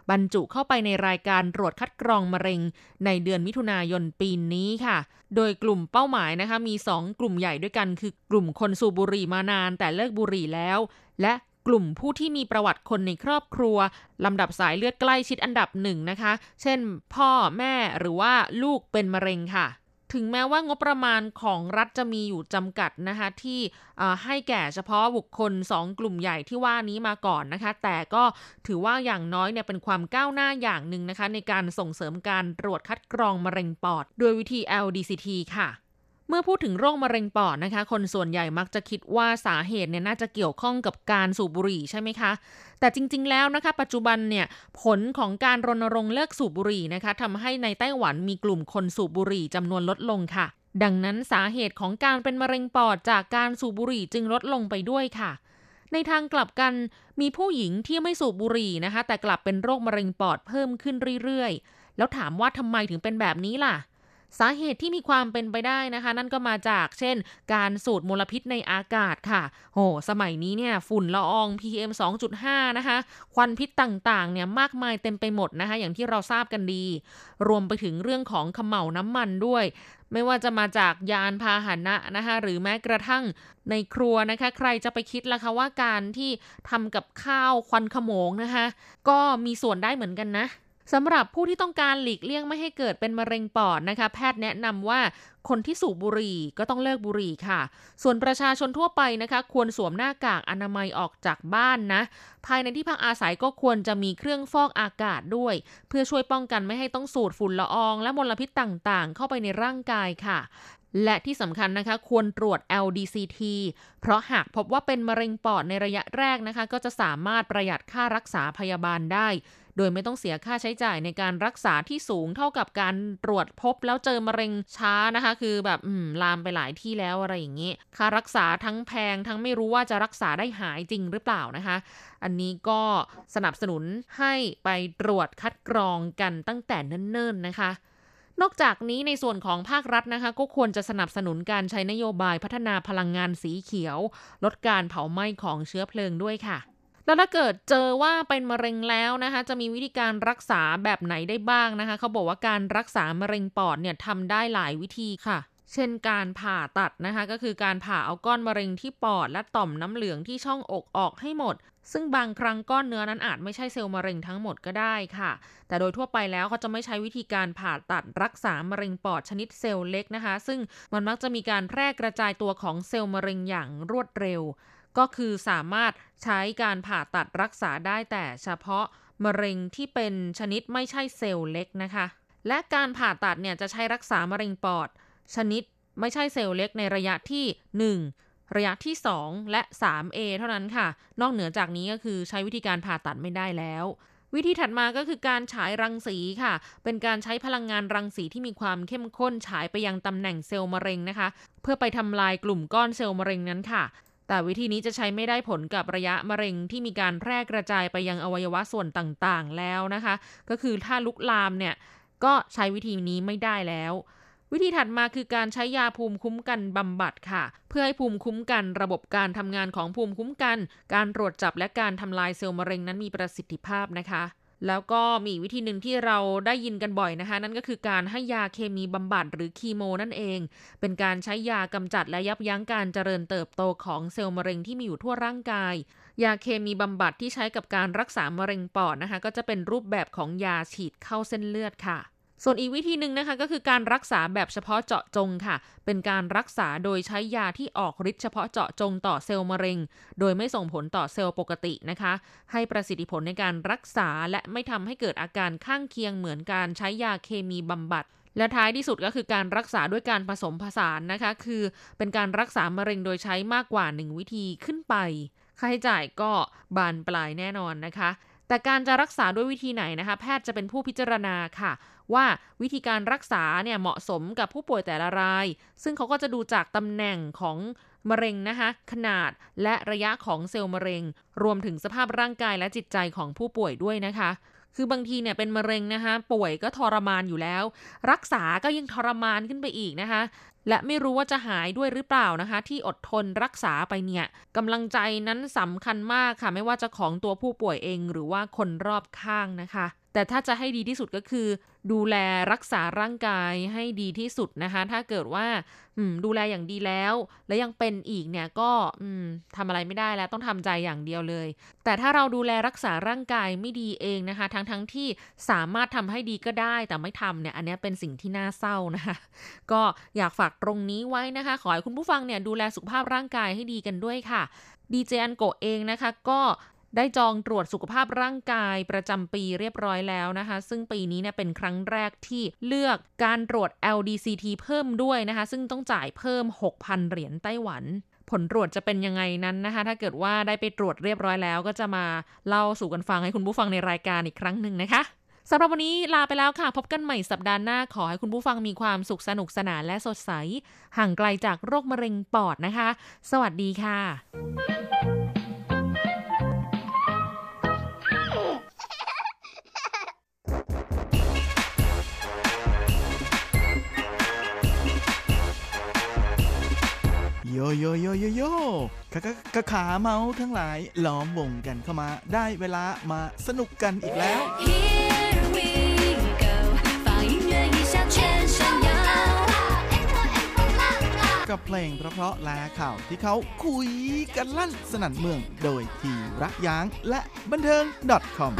บรรจุเข้าไปในรายการตรวจคัดกรองมะเร็งในเดือนมิถุนายนปีนี้ค่ะโดยกลุ่มเป้าหมายนะคะมีสองกลุ่มใหญ่ด้วยกันคือกลุ่มคนสูบบุหรี่มานานแต่เลิกบุหรี่แล้วและกลุ่มผู้ที่มีประวัติคนในครอบครัวลำดับสายเลือดใกล้ชิดอันดับหนึ่งนะคะเช่นพ่อแม่หรือว่าลูกเป็นมะเร็งค่ะถึงแม้ว่างบประมาณของรัฐจะมีอยู่จำกัดนะคะที่ให้แก่เฉพาะบุคคลสองกลุ่มใหญ่ที่ว่านี้มาก่อนนะคะแต่ก็ถือว่าอย่างน้อยเนี่ยเป็นความก้าวหน้าอย่างหนึ่งนะคะในการส่งเสริมการตรวจคัดกรองมะเร็งปอดโดยวิธี แอล ดี ซี ที ค่ะเมื่อพูดถึงโรคมะเร็งปอดนะคะคนส่วนใหญ่มักจะคิดว่าสาเหตุเนี่ยน่าจะเกี่ยวข้องกับการสูบบุหรี่ใช่ไหมคะแต่จริงๆแล้วนะคะปัจจุบันเนี่ยผลของการรณรงค์เลิกสูบบุหรี่นะคะทำให้ในไต้หวันมีกลุ่มคนสูบบุหรี่จำนวนลดลงค่ะดังนั้นสาเหตุของการเป็นมะเร็งปอดจากการสูบบุหรี่จึงลดลงไปด้วยค่ะในทางกลับกันมีผู้หญิงที่ไม่สูบบุหรี่นะคะแต่กลับเป็นโรคมะเร็งปอดเพิ่มขึ้นเรื่อยๆแล้วถามว่าทำไมถึงเป็นแบบนี้ล่ะสาเหตุที่มีความเป็นไปได้นะคะนั่นก็มาจากเช่นการสูดมลพิษในอากาศค่ะโหสมัยนี้เนี่ยฝุ่นละออง พี เอ็ม สองจุดห้า นะคะควันพิษต่างๆเนี่ยมากมายเต็มไปหมดนะคะอย่างที่เราทราบกันดีรวมไปถึงเรื่องของเขม่าน้ำมันด้วยไม่ว่าจะมาจากยานพาหนะนะคะหรือแม้กระทั่งในครัวนะคะใครจะไปคิดล่ะคะว่าการที่ทำกับข้าวควันขโมงนะคะก็มีส่วนได้เหมือนกันนะสำหรับผู้ที่ต้องการหลีกเลี่ยงไม่ให้เกิดเป็นมะเร็งปอดนะคะแพทย์แนะนำว่าคนที่สูบบุหรี่ก็ต้องเลิกบุหรี่ค่ะส่วนประชาชนทั่วไปนะคะควรสวมหน้ากากอนามัยออกจากบ้านนะภายในที่พักอาศัยก็ควรจะมีเครื่องฟอกอากาศด้วยเพื่อช่วยป้องกันไม่ให้ต้องสูดฝุ่นละอองและมลพิษต่างๆเข้าไปในร่างกายค่ะและที่สำคัญนะคะควรตรวจ แอล ดี ซี ที เพราะหากพบว่าเป็นมะเร็งปอดในระยะแรกนะคะก็จะสามารถประหยัดค่ารักษาพยาบาลได้โดยไม่ต้องเสียค่าใช้จ่ายในการรักษาที่สูงเท่ากับการตรวจพบแล้วเจอมะเร็งช้านะคะคือแบบอืมลามไปหลายที่แล้วอะไรอย่างนี้ค่ารักษาทั้งแพงทั้งไม่รู้ว่าจะรักษาได้หายจริงหรือเปล่านะคะอันนี้ก็สนับสนุนให้ไปตรวจคัดกรองกันตั้งแต่เนิ่นๆนะคะนอกจากนี้ในส่วนของภาครัฐนะคะก็ควรจะสนับสนุนการใช้นโยบายพัฒนาพลังงานสีเขียวลดการเผาไหม้ของเชื้อเพลิงด้วยค่ะแล้วถ้าเกิดเจอว่าเป็นมะเร็งแล้วนะคะจะมีวิธีการรักษาแบบไหนได้บ้างนะคะเขาบอกว่าการรักษามะเร็งปอดเนี่ยทำได้หลายวิธีค่ะเช่นการผ่าตัดนะคะก็คือการผ่าเอาก้อนมะเร็งที่ปอดและต่อมน้ำเหลืองที่ช่องอกออกให้หมดซึ่งบางครั้งก้อนเนื้อนั้นอาจไม่ใช่เซลล์มะเร็งทั้งหมดก็ได้ค่ะแต่โดยทั่วไปแล้วเขาจะไม่ใช้วิธีการผ่าตัดรักษามะเร็งปอดชนิดเซลล์เล็กนะคะซึ่งมันมักจะมีการแพร่กระจายตัวของเซลล์มะเร็งอย่างรวดเร็วก็คือสามารถใช้การผ่าตัดรักษาได้แต่เฉพาะมะเร็งที่เป็นชนิดไม่ใช่เซลล์เล็กนะคะและการผ่าตัดเนี่ยจะใช้รักษามะเร็งปอดชนิดไม่ใช่เซลล์เล็กในระยะที่หนึ่งระยะที่สองและ ทรี เอ เท่านั้นค่ะนอกเหนือจากนี้ก็คือใช้วิธีการผ่าตัดไม่ได้แล้ววิธีถัดมาก็คือการฉายรังสีค่ะเป็นการใช้พลังงานรังสีที่มีความเข้มข้นฉายไปยังตำแหน่งเซลล์มะเร็งนะคะเพื่อไปทำลายกลุ่มก้อนเซลล์มะเร็งนั้นค่ะแต่วิธีนี้จะใช้ไม่ได้ผลกับระยะมะเร็งที่มีการแพร่กระจายไปยังอวัยวะส่วนต่างๆแล้วนะคะก็คือถ้าลุกลามเนี่ยก็ใช้วิธีนี้ไม่ได้แล้ววิธีถัดมาคือการใช้ยาภูมิคุ้มกันบำบัดค่ะเพื่อให้ภูมิคุ้มกันระบบการทำงานของภูมิคุ้มกันการตรวจจับและการทำลายเซลล์มะเร็งนั้นมีประสิทธิภาพนะคะแล้วก็มีวิธีหนึ่งที่เราได้ยินกันบ่อยนะคะนั่นก็คือการให้ยาเคมีบำบัดหรือคีโมนั่นเองเป็นการใช้ยากำจัดและยับยั้งการเจริญเติบโตของเซลล์มะเร็งที่มีอยู่ทั่วร่างกายยาเคมีบำบัดที่ใช้กับการรักษามะเร็งปอดนะคะก็จะเป็นรูปแบบของยาฉีดเข้าเส้นเลือดค่ะส่วนอีกวิธีหนึ่งนะคะก็คือการรักษาแบบเฉพาะเจาะจงค่ะเป็นการรักษาโดยใช้ยาที่ออกฤทธิ์เฉพาะเจาะจงต่อเซลล์มะเร็งโดยไม่ส่งผลต่อเซลล์ปกตินะคะให้ประสิทธิผลในการรักษาและไม่ทำให้เกิดอาการข้างเคียงเหมือนการใช้ยาเคมีบำบัดและท้ายที่สุดก็คือการรักษาด้วยการผสมผสานนะคะคือเป็นการรักษามะเร็งโดยใช้มากกว่าหนึ่งวิธีขึ้นไปค่าใช้จ่ายก็บานปลายแน่นอนนะคะแต่การจะรักษาด้วยวิธีไหนนะคะแพทย์จะเป็นผู้พิจารณาค่ะว่าวิธีการรักษาเนี่ยเหมาะสมกับผู้ป่วยแต่ละรายซึ่งเขาก็จะดูจากตำแหน่งของมะเร็งนะคะขนาดและระยะของเซลล์มะเร็งรวมถึงสภาพร่างกายและจิตใจของผู้ป่วยด้วยนะคะคือบางทีเนี่ยเป็นมะเร็งนะคะป่วยก็ทรมานอยู่แล้วรักษาก็ยิ่งทรมานขึ้นไปอีกนะคะและไม่รู้ว่าจะหายด้วยหรือเปล่านะคะที่อดทนรักษาไปเนี่ยกำลังใจนั้นสำคัญมากค่ะไม่ว่าจะของตัวผู้ป่วยเองหรือว่าคนรอบข้างนะคะแต่ถ้าจะให้ดีที่สุดก็คือดูแลรักษาร่างกายให้ดีที่สุดนะคะถ้าเกิดว่าดูแลอย่างดีแล้วแล้วยังเป็นอีกเนี่ยก็ทำอะไรไม่ได้แล้วต้องทำใจอย่างเดียวเลยแต่ถ้าเราดูแลรักษาร่างกายไม่ดีเองนะคะทั้งทั้งที่สามารถทำให้ดีก็ได้แต่ไม่ทำเนี่ยอันนี้เป็นสิ่งที่น่าเศร้านะคะก็อยากฝากตรงนี้ไว้นะคะขอให้คุณผู้ฟังเนี่ยดูแลสุขภาพร่างกายให้ดีกันด้วยค่ะดีเจอันโกะเองนะคะก็ได้จองตรวจสุขภาพร่างกายประจำปีเรียบร้อยแล้วนะคะซึ่งปีนี้เนี่ยเป็นครั้งแรกที่เลือกการตรวจ แอล ดี ซี ที เพิ่มด้วยนะคะซึ่งต้องจ่ายเพิ่ม หกพัน เหรียญไต้หวันผลตรวจจะเป็นยังไงนั้นนะคะถ้าเกิดว่าได้ไปตรวจเรียบร้อยแล้วก็จะมาเล่าสู่กันฟังให้คุณผู้ฟังในรายการอีกครั้งหนึ่งนะคะสำหรับวันนี้ลาไปแล้วค่ะพบกันใหม่สัปดาห์หน้าขอให้คุณผู้ฟังมีความสุขสนุกสนานและสดใสห่างไกลจากโรคมะเร็งปอดนะคะสวัสดีค่ะโยโยโยโยโยขาขาขาเมาทั้งหลายล้อมวงกันเข้ามาได้เวลามาสนุกกันอีกแล้วกับเพลงเพราะๆและข่าวที่เขาคุยกันลั่นสนั่นเมืองโดยทีรักย้างและบันเทิง .com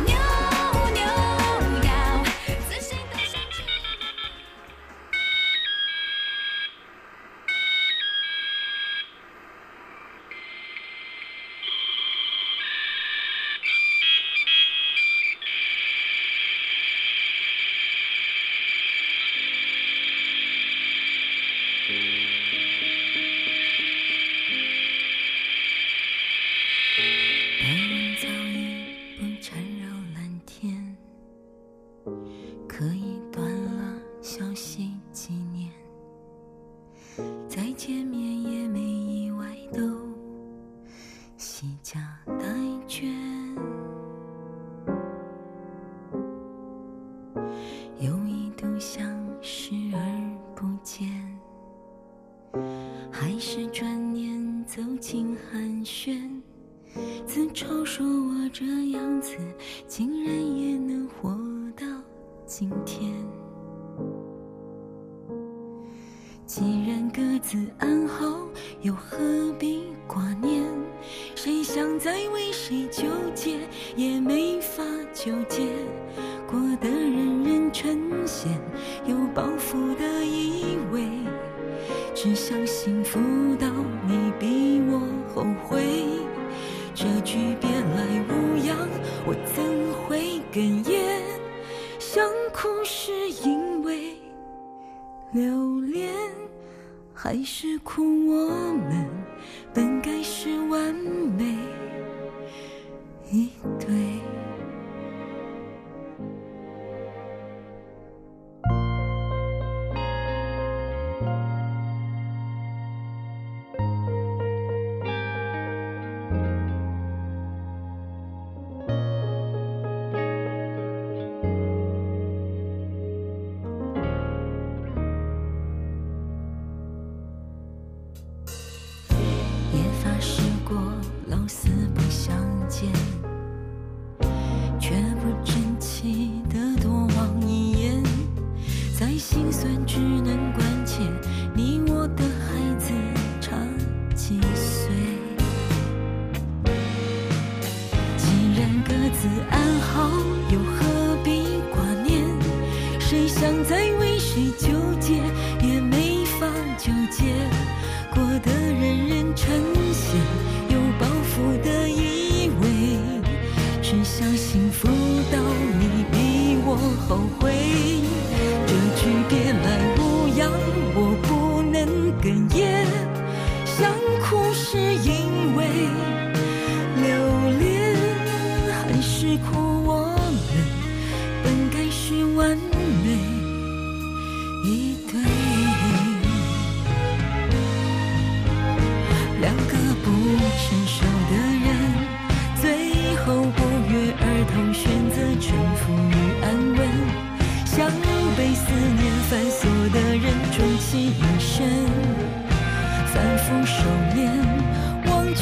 思念繁琐的人终其一生，反复收敛忘却。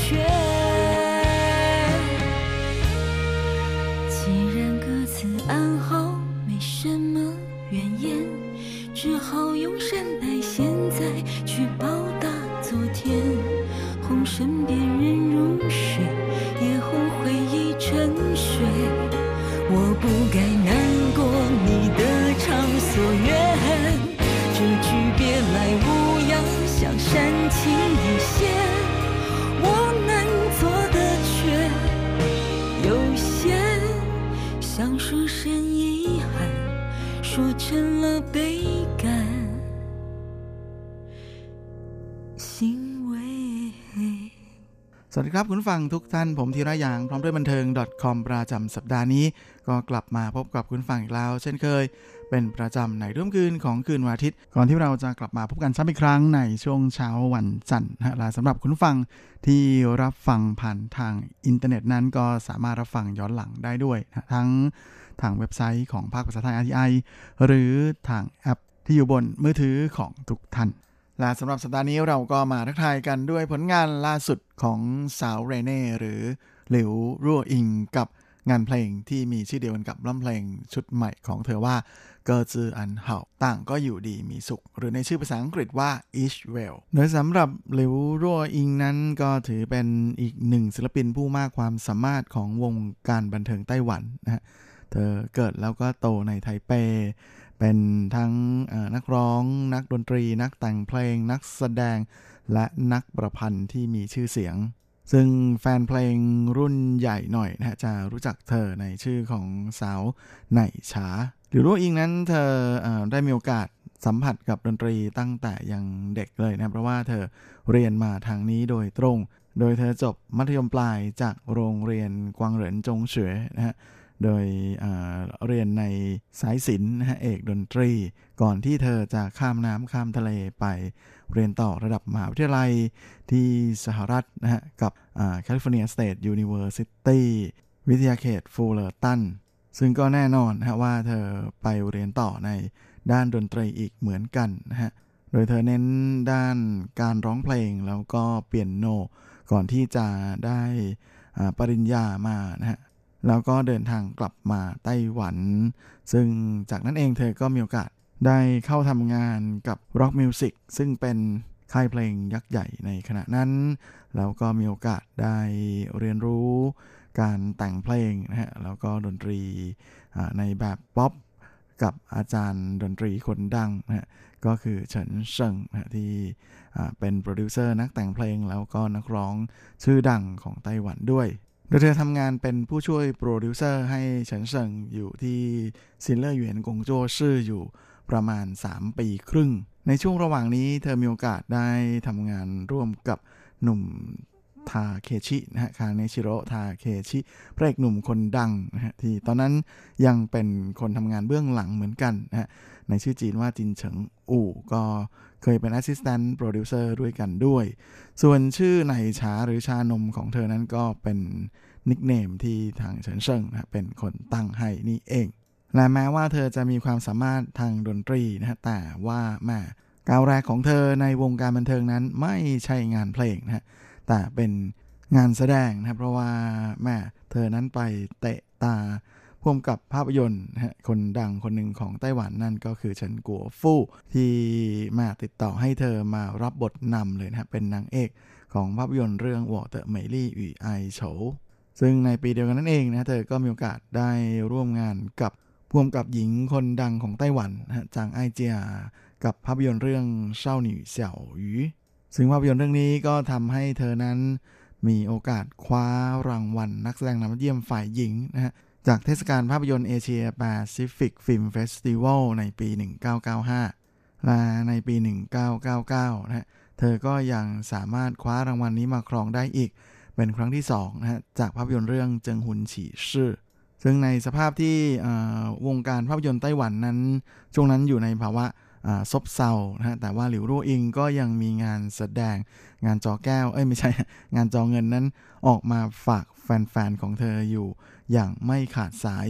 既然各自安好，没什么怨言，只好用善待现在去报答昨天。红身边人如水，也红回忆成水。我不该难过你的场所愿，这句别来无恙像煽情一线，我能做的却有限。想说声遗憾，说成了悲感欣慰。 สวัสดีครับคุณฟังทุกท่านผมธีระยางพร้อมด้วยบันเทิง .com ประจำสัปดาห์นี้ก็กลับมาพบกับคุณฟังอีกแล้วเช่นเคยเป็นประจำในร่วมคืนของคืนวันอาทิตย์ก่อนที่เราจะกลับมาพบกันซ้ำอีกครั้งในช่วงเช้าวันจันทร์นะและสำหรับคุณฟังที่รับฟังผ่านทางอินเทอร์เน็ตนั้นก็สามารถรับฟังย้อนหลังได้ด้วยนะทั้งทางเว็บไซต์ของภาคภาษาไทย อาร์ ที ไอ หรือทางแอปที่อยู่บนมือถือของทุกท่านและสำหรับสัปดาห์นี้เราก็มาทักทายกันด้วยผลงานล่าสุดของสาวเรเน่หรือหลิวรั่วอิงกับงานเพลงที่มีชื่อเดียวกันกับลำเพลงชุดใหม่ของเธอว่าเกอจืออันเห่าต่างก็อยู่ดีมีสุขหรือในชื่อภาษาอังกฤษว่า Each Well โดยสำหรับหลิวรั่วอิงนั้นก็ถือเป็นอีกหนึ่งศิลปินผู้มากความสามารถของวงการบันเทิงไต้หวันนะฮะเธอเกิดแล้วก็โตในไทเปเป็นทั้งนักร้องนักดนตรีนักแต่งเพลงนักแสดงและนักประพันธ์ที่มีชื่อเสียงซึ่งแฟนเพลงรุ่นใหญ่หน่อยนะฮะจะรู้จักเธอในชื่อของสาวไหนฉาหรือรู้อิงนั้นเธอได้มีโอกาสสัมผัสกับดนตรีตั้งแต่ยังเด็กเลยนะเพราะว่าเธอเรียนมาทางนี้โดยตรงโดยเธอจบมัธยมปลายจากโรงเรียนกวางเหรินจงเฉวยนะฮะโดยเอ่อเรียนในสายศิลป์นะฮะเอกดนตรีก่อนที่เธอจะข้ามน้ำข้ามทะเลไปเรียนต่อระดับมหาวิทยาลัยที่สหรัฐนะฮะกับแคลิฟอร์เนียสเตทยูนิเวอร์ซิตี้วิทยาเขตฟูเลอร์ตันซึ่งก็แน่นอนนะฮะว่าเธอไปเรียนต่อในด้านดนตรีอีกเหมือนกันนะฮะโดยเธอเน้นด้านการร้องเพลงแล้วก็เปียโนก่อนที่จะได้ปริญญามานะฮะแล้วก็เดินทางกลับมาไต้หวันซึ่งจากนั้นเองเธอก็มีโอกาสได้เข้าทำงานกับ Rock Music ซึ่งเป็นค่ายเพลงยักษ์ใหญ่ในขณะนั้นแล้วก็มีโอกาสได้เรียนรู้การแต่งเพลงนะฮะแล้วก็ดนตรีในแบบป๊อปกับอาจารย์ดนตรีคนดังนะฮะก็คือเฉินเซิงนะที่เป็นโปรดิวเซอร์นักแต่งเพลงแล้วก็นักร้องชื่อดังของไต้หวันด้วยโดยเธอทำงานเป็นผู้ช่วยโปรดิวเซอร์ให้เฉินเซิงอยู่ที่ซินเลอร์หยวนกงโจชื่ออยู่ประมาณสามปีครึ่งในช่วงระหว่างนี้เธอมีโอกาสได้ทำงานร่วมกับหนุ่มทาเคชินะฮะคาเนชิโร่ทาเคชิพระเอกหนุ่มคนดังนะฮะที่ตอนนั้นยังเป็นคนทำงานเบื้องหลังเหมือนกันนะฮะในชื่อจีนว่าจินเฉิงอู่ก็เคยเป็น Assistant Producer ด้วยกันด้วยส่วนชื่อไหนฉาหรือชานมของเธอนั้นก็เป็นนิคเนมที่ทางเฉินเซิงนะเป็นคนตั้งให้นี่เองและแม้ว่าเธอจะมีความสามารถทางดนตรีนะฮะแต่ว่าแม่ก้าวแรกของเธอในวงการบันเทิงนั้นไม่ใช่งานเพลงนะฮะแต่เป็นงานแสดงนะเพราะว่าแม่เธอนั้นไปเตะตาพ่วงกับภาพยนตร์นะฮะคนดังคนหนึ่งของไต้หวันนั่นก็คือเฉินกัวฟู่ที่มาติดต่อให้เธอมารับบทนำเลยนะฮะเป็นนางเอกของภาพยนตร์เรื่องวอเตอร์เหมยลี่อีไอโฉซึ่งในปีเดียวกันนั่นเองนะเธอก็มีโอกาสได้ร่วมงานกับพ่วงกับหญิงคนดังของไต้หวันนะฮะจางไอเจียกับภาพยนตร์เรื่องเช่าหนี่เสี่ยวหยูซึ่งภาพยนตร์เรื่องนี้ก็ทำให้เธอนั้นมีโอกาสคว้ารางวัลนักแสดงนำเยี่ยมฝ่ายหญิงนะฮะจากเทศกาลภาพยนตร์เอเชียแปซิฟิกฟิล์มเฟสติวัลในปีหนึ่งพันเก้าร้อยเก้าสิบห้าและในปีหนึ่งพันเก้าร้อยเก้าสิบเก้านะฮะเธอก็ยังสามารถคว้ารางวัลนี้มาครองได้อีกเป็นครั้งที่สองนะฮะจากภาพยนตร์เรื่องเจิงหุนฉี่ซื่อซึ่งในสภาพที่วงการภาพยนตร์ไต้หวันนั้นช่วงนั้นอยู่ในภาวะซบเซานะฮะแต่ว่าหลิวรั่วอิงก็ยังมีงานแสดงงานจอแก้วเอ้ยไม่ใช่งานจอเงินนั้นออกมาฝากแฟนๆของเธออยู่อย่างไม่ขาดสาย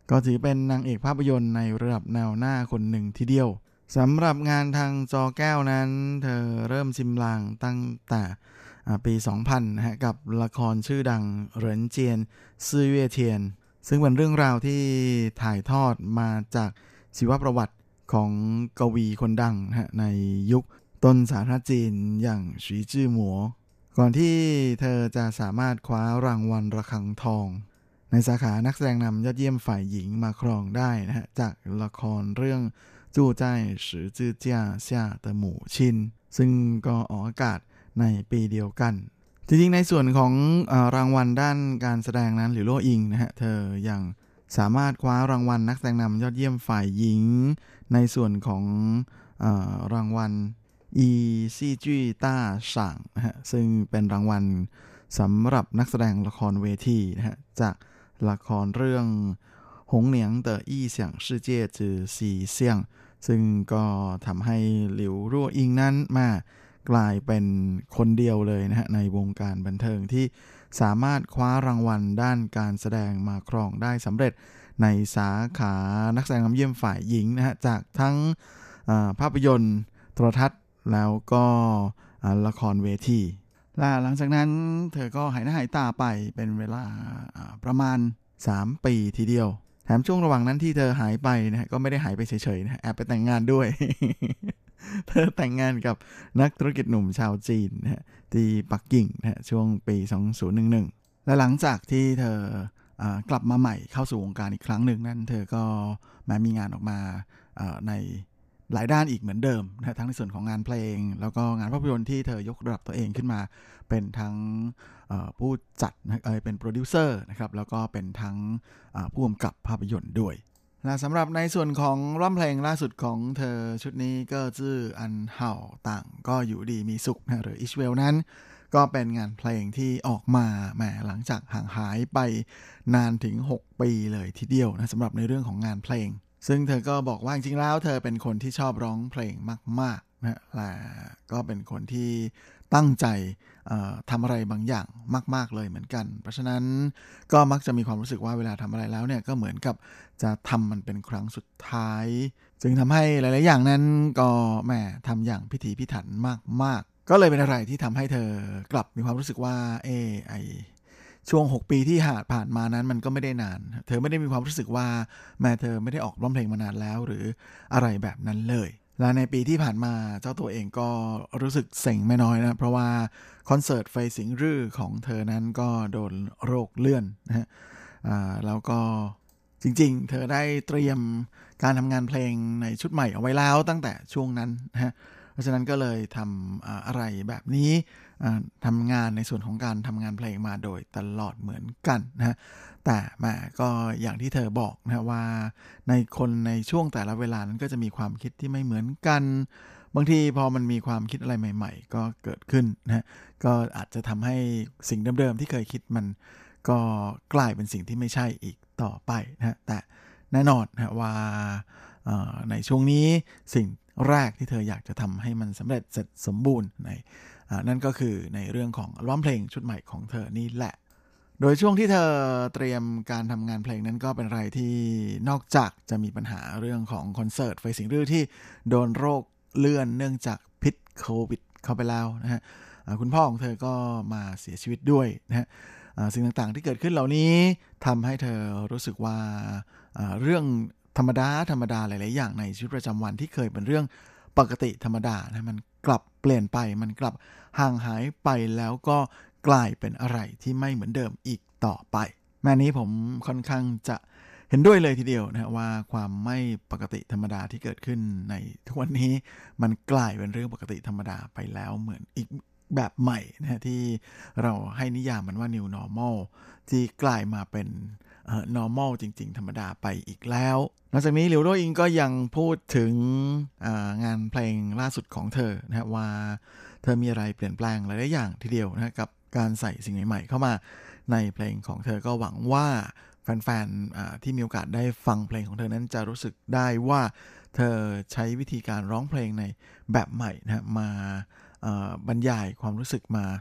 ก็ถือเป็นนางเอกภาพยนตร์ในระดับแนวหน้าคนหนึ่งทีเดียวสำหรับงานทางจอแก้วนั้นเธอเริ่มชิมลางตั้งแต่ปีสองพันนะฮะกับละครชื่อดังเหรินเจียนซื่อเว่ยเทียนซึ่งเป็นเรื่องราวที่ถ่ายทอดมาจากชีวประวัติของกวีคนดังนะฮะในยุคต้นสาธารณจีนอย่างฉีจื้อหมัวก่อนที่เธอจะสามารถคว้ารางวัลระฆังทองในสาขานักแสดงนำยอดเยี่ยมฝ่ายหญิงมาครองได้นะฮะจากละครเรื่องจู่ใจสือจื้อเจียเซี่ยเตอหมู่ชินซึ่งก็ออกอากาศในปีเดียวกันจริงๆในส่วนของเอ่อรางวัลด้านการแสดงนั้นหรือโล่อิงนะฮะเธอยังสามารถคว้ารางวัลนักแสดงนำยอดเยี่ยมฝ่ายหญิงในส่วนของเอ่อรางวัลอีซีจีต้าสั่งนะฮะซึ่งเป็นรางวัลสำหรับนักแสดงละครเวทีนะฮะจากละครเรื่องหงเหนียงเต๋ออี้เสี่ยง世界之西เสี่ยงซึ่งก็ทำให้หลิวรั่วอิงนั้นมากลายเป็นคนเดียวเลยนะฮะในวงการบันเทิงที่สามารถคว้ารางวัลด้านการแสดงมาครองได้สำเร็จในสาขานักแสดงนำเยี่ยมฝ่ายหญิงนะฮะจากทั้งภาพยนตร์โทรทัศน์แล้วก็ละครเวทีและหลังจากนั้นเธอก็หายหน้าหายตาไปเป็นเวลาประมาณสามปีทีเดียวแถมช่วงระหว่างนั้นที่เธอหายไปนะฮะก็ไม่ได้หายไปเฉยๆนะแอบไปแต่งงานด้วย เธอแต่งงานกับนักธุรกิจหนุ่มชาวจีนนะฮะที่ปักกิ่งนะฮะช่วงปีสองพันสิบเอ็ดและหลังจากที่เธอกลับมาใหม่เข้าสู่วงการอีกครั้งหนึ่งนั้นเธอก็มามีงานออกมาในหลายด้านอีกเหมือนเดิมนะทั้งในส่วนของงานเพลงแล้วก็งานภาพยนตร์ที่เธอยกระดับตัวเองขึ้นมาเป็นทั้งผู้จัดนะเป็นโปรดิวเซอร์นะครับแล้วก็เป็นทั้งผู้กำกับภาพยนตร์ด้วยและสำหรับในส่วนของร้องเพลงล่าสุดของเธอชุดนี้ก็ชื่ออันเห่าต่างก็อยู่ดีมีสุขนะหรืออิชเวลนั้นก็เป็นงานเพลงที่ออกมาแหมหลังจากห่างหายไปนานถึงหกปีเลยทีเดียวนะสำหรับในเรื่องของงานเพลงซึ่งเธอก็บอกว่าจริงๆแล้วเธอเป็นคนที่ชอบร้องเพลงมากๆนะและก็เป็นคนที่ตั้งใจทำอะไรบางอย่างมากๆเลยเหมือนกันเพราะฉะนั้นก็มักจะมีความรู้สึกว่าเวลาทำอะไรแล้วเนี่ยก็เหมือนกับจะทำมันเป็นครั้งสุดท้ายจึงทำให้หลายๆอย่างนั้นก็แหมทำอย่างพิถีพิถันมากๆก็เลยเป็นอะไรที่ทำให้เธอกลับมีความรู้สึกว่าเอไอช่วงหกปีที่ผ่านมานั้นมันก็ไม่ได้นานเธอไม่ได้มีความรู้สึกว่าแม่เธอไม่ได้ออกร้องเพลงมานานแล้วหรืออะไรแบบนั้นเลยและในปีที่ผ่านมาเจ้าตัวเองก็รู้สึกเซ็งไม่น้อยนะเพราะว่าคอนเสิร์ตไฟสิงรื่อของเธอนั้นก็โดนโรคเลื่อนนะฮะแล้วก็จริงๆเธอได้เตรียมการทำงานเพลงในชุดใหม่เอาไว้แล้วตั้งแต่ช่วงนั้นนะฮะเพราะฉะนั้นก็เลยทำอะไรแบบนี้ทำงานในส่วนของการทำงานเพลงมาโดยตลอดเหมือนกันนะฮะแต่แม่ก็อย่างที่เธอบอกนะว่าในคนในช่วงแต่ละเวลานั้นก็จะมีความคิดที่ไม่เหมือนกันบางทีพอมันมีความคิดอะไรใหม่ๆก็เกิดขึ้นนะก็อาจจะทำให้สิ่งเดิมๆที่เคยคิดมันก็กลายเป็นสิ่งที่ไม่ใช่อีกต่อไปนะแต่แน่นอนนะว่าในช่วงนี้สิ่งแรกที่เธออยากจะทำให้มันสำเร็จเสร็จสมบูรณ์ในนั่นก็คือในเรื่องของร้องเพลงชุดใหม่ของเธอนี่แหละโดยช่วงที่เธอเตรียมการทำงานเพลงนั้นก็เป็นอะไรที่นอกจากจะมีปัญหาเรื่องของคอนเสิร์ตไฟสิงรื่อที่โดนโรคเลื่อนเนื่องจากพิษโควิดเข้าไปแล้วนะฮะคุณพ่อของเธอก็มาเสียชีวิตด้วยนะฮะสิ่งต่างๆที่เกิดขึ้นเหล่านี้ทำให้เธอรู้สึกว่าเรื่องธรรมดาธรรมดาหลายๆอย่างในชีวิตประจำวันที่เคยเป็นเรื่องปกติธรรมดานะมันกลับเปลี่ยนไปมันกลับห่างหายไปแล้วก็กลายเป็นอะไรที่ไม่เหมือนเดิมอีกต่อไปแม่นี้ผมค่อนข้างจะเห็นด้วยเลยทีเดียวนะว่าความไม่ปกติธรรมดาที่เกิดขึ้นในทุกวันนี้มันกลายเป็นเรื่องปกติธรรมดาไปแล้วเหมือนอีกแบบใหม่นะที่เราให้นิยามมันว่า new normal ที่กลายมาเป็นเอ่อ normal จริงๆธรรมดาไปอีกแล้วนอกจากนี้หลิวโรอิงก็ยังพูดถึงงานเพลงล่าสุดของเธอนะว่าเธอมีอะไรเปลี่ยนแปลงหลายๆอย่างทีเดียวนะกับการใส่สิ่งใหม่ๆเข้ามาในเพลงของเธอก็หวังว่าแฟนๆที่มีโอกาสได้ฟังเพลงของเธอนั้นจะรู้สึกได้ว่าเธอใช้วิธีการร้องเพลงในแบบใหม่นะมาบรรยายความรู้สึกมา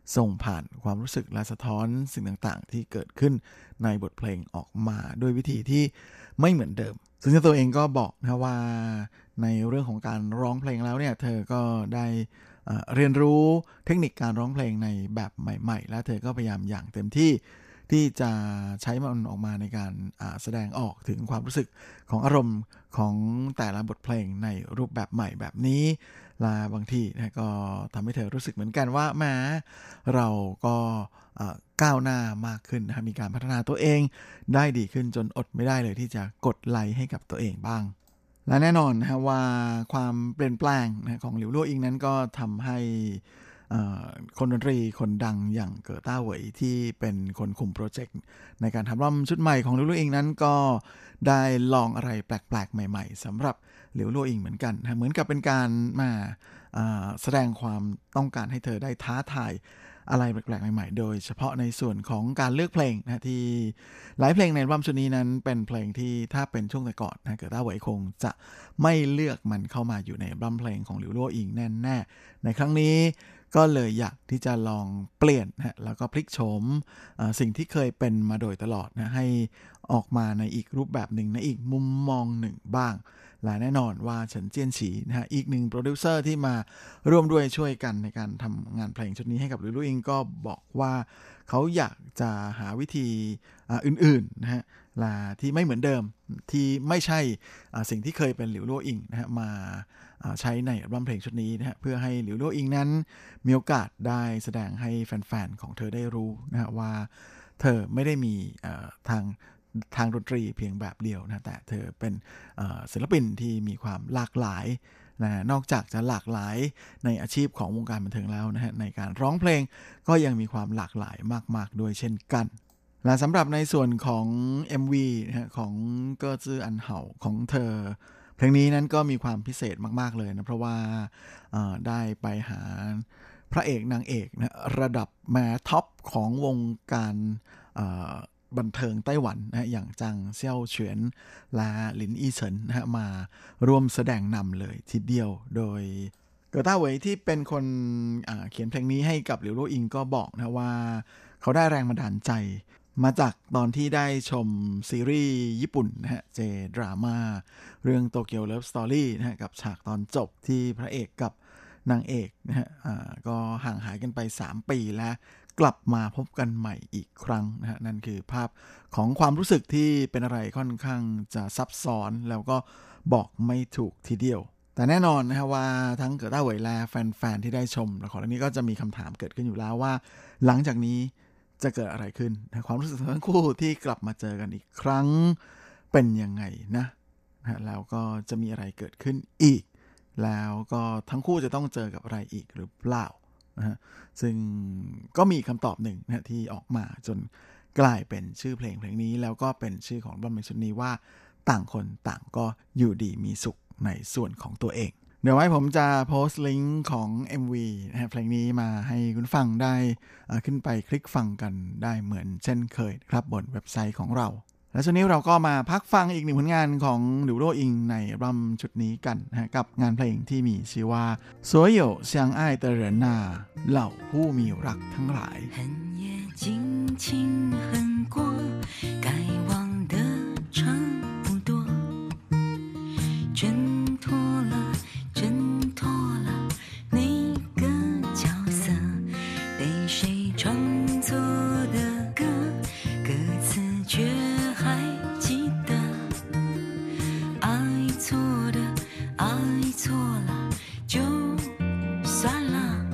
ส่งผ่านความรู้สึกและสะท้อนสิ่งต่างๆที่เกิดขึ้นในบทเพลงออกมาด้วยวิธีที่ไม่เหมือนเดิมซึ่งตัวเองก็บอกนะว่าในเรื่องของการร้องเพลงแล้วเนี่ยเธอก็ได้เรียนรู้เทคนิคการร้องเพลงในแบบใหม่ๆและเธอก็พยายามอย่างเต็มที่ที่จะใช้มันออกมาในการแสดงออกถึงความรู้สึกของอารมณ์ของแต่ละบทเพลงในรูปแบบใหม่แบบนี้และบางทีนะก็ทำให้เธอรู้สึกเหมือนกันว่าแม้เราก็ก้าวหน้ามากขึ้นนะมีการพัฒนาตัวเองได้ดีขึ้นจนอดไม่ได้เลยที่จะกดไลค์ให้กับตัวเองบ้างและแน่นอนนะว่าความเปลี่ยนแปลงนะของหลิวลั่วอิงนั้นก็ทำให้คนดนตรีคนดังอย่างเก๋อต้าเหวยที่เป็นคนคุมโปรเจกต์ในการทำอัลบั้มชุดใหม่ของหลิวลั่วอิงนั้นก็ได้ลองอะไรแปลกๆใหม่ๆสำหรับหลิวลั่วอิงเหมือนกันนะเหมือนกับเป็นการมาแสดงความต้องการให้เธอได้ท้าทายอะไรแปลกๆใหม่ๆโดยเฉพาะในส่วนของการเลือกเพลงนะที่หลายเพลงในอัลบั้มชุดนี้นั้นเป็นเพลงที่ถ้าเป็นช่วงแต่ก่อนนะเก๋อต้าเหวยคงจะไม่เลือกมันเข้ามาอยู่ในอัลบั้มเพลงของหลิวลั่วอิงแน่ๆในครั้งนี้ก็เลยอยากที่จะลองเปลี่ยนนะแล้วก็พลิกโฉมสิ่งที่เคยเป็นมาโดยตลอดนะให้ออกมาในอีกรูปแบบหนึ่งในอีกมุมมองหนึ่งบ้างและแน่นอนว่าเฉินเจี้ยนฉีนะฮะอีกหนึ่งโปรดิวเซอร์ที่มาร่วมด้วยช่วยกันในการทำงานเพลงชุดนี้ให้กับหลิวลั่วอิงก็บอกว่าเขาอยากจะหาวิธีอื่นๆนะฮะและที่ไม่เหมือนเดิมที่ไม่ใช่สิ่งที่เคยเป็นหลิวลั่วอิงนะฮะมาใช้ในอัลบั้มเพลงชุดนี้นะฮะเพื่อให้หลิวลั่วอิงนั้นมีโอกาสได้แสดงให้แฟนๆของเธอได้รู้นะฮะว่าเธอไม่ได้มีทางทางดนตรีเพียงแบบเดียวนะแต่เธอเป็นศิลปินที่มีความหลากหลายนะนอกจากจะหลากหลายในอาชีพของวงการบันเทิงแล้วนะฮะในการร้องเพลงก็ยังมีความหลากหลายมากๆด้วยเช่นกันและสำหรับในส่วนของ เอ็ม วี นะฮะของเก้อจื้ออันเห่าของเธอเพลงนี้นั้นก็มีความพิเศษมากๆเลยนะเพราะว่าได้ไปหาพระเอกนางเอกนะระดับแม่ท็อปของวงการบันเทิงไต้หวันนะอย่างจังเซี่ยวเฉียนและหลินอีเฉินนะฮะมาร่วมแสดงนำเลยทีเดียวโดยเก๋อต้าเหวยที่เป็นคนเขียนเพลงนี้ให้กับหลิวลั่วอิงก็บอกนะว่าเขาได้แรงบันดาลใจมาจากตอนที่ได้ชมซีรีส์ญี่ปุ่นนะฮะเจดราม่าเรื่องโตเกียวเลิฟสตอรี่นะฮะกับฉากตอนจบที่พระเอกกับนางเอกนะฮะก็ห่างหายกันไปสามปีแล้วกลับมาพบกันใหม่อีกครั้งนะฮะนั่นคือภาพของความรู้สึกที่เป็นอะไรค่อนข้างจะซับซ้อนแล้วก็บอกไม่ถูกทีเดียวแต่แน่นอนนะฮะว่าทั้งเก๋อต้าเหวยและแฟนๆที่ได้ชมละครเรื่องนี้ก็จะมีคำถามเกิดขึ้นอยู่แล้วว่าหลังจากนี้จะเกิดอะไรขึ้นนะความรู้สึกทั้งคู่ที่กลับมาเจอกันอีกครั้งเป็นยังไงนะนะแล้วก็จะมีอะไรเกิดขึ้นอีกแล้วก็ทั้งคู่จะต้องเจอกับอะไรอีกหรือเปล่านะฮะซึ่งก็มีคำตอบหนึ่งนะที่ออกมาจนกลายเป็นชื่อเพลงเพลงนี้แล้วก็เป็นชื่อของอัลบั้มชุดนี้ว่าต่างคนต่างก็อยู่ดีมีสุขในส่วนของตัวเองเดี๋ยวไว้ผมจะโพสต์ลิงก์ของ เอ็ม วี นะฮะเพลงนี้มาให้คุณฟังได้ขึ้นไปคลิกฟังกันได้เหมือนเช่นเคยครับบนเว็บไซต์ของเราและช่วงนี้เราก็มาพักฟังอีกหนึ่งผลงานของหลิวลั่วอิงในอัลบั้มชุดนี้กันนะกับงานเพลงที่มีชื่อว่า所有相爱的人啊เหล่าผู้มีรักทั้งหลาย恨也尽情恨过该忘的差不多挣脱了挣脱了那个角色被谁创作的歌歌词却还记得爱错的爱错了就算了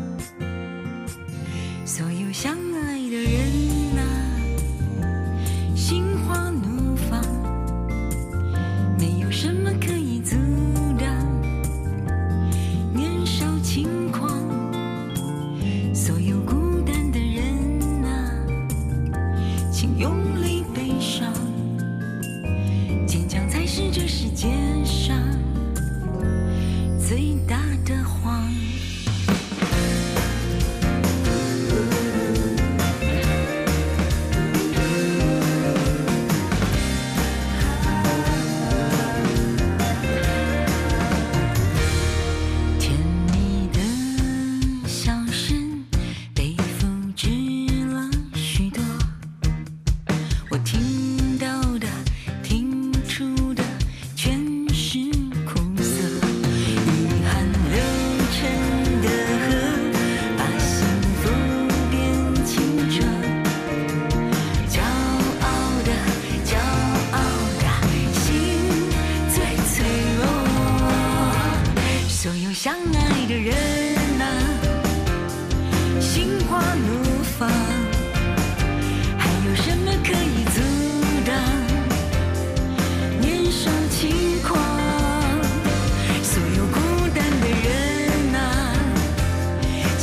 所有相爱的人啊心花怒放没有什么可以阻挡年少轻狂所有孤单的人啊请用力悲伤坚强才是这世界上最大的谎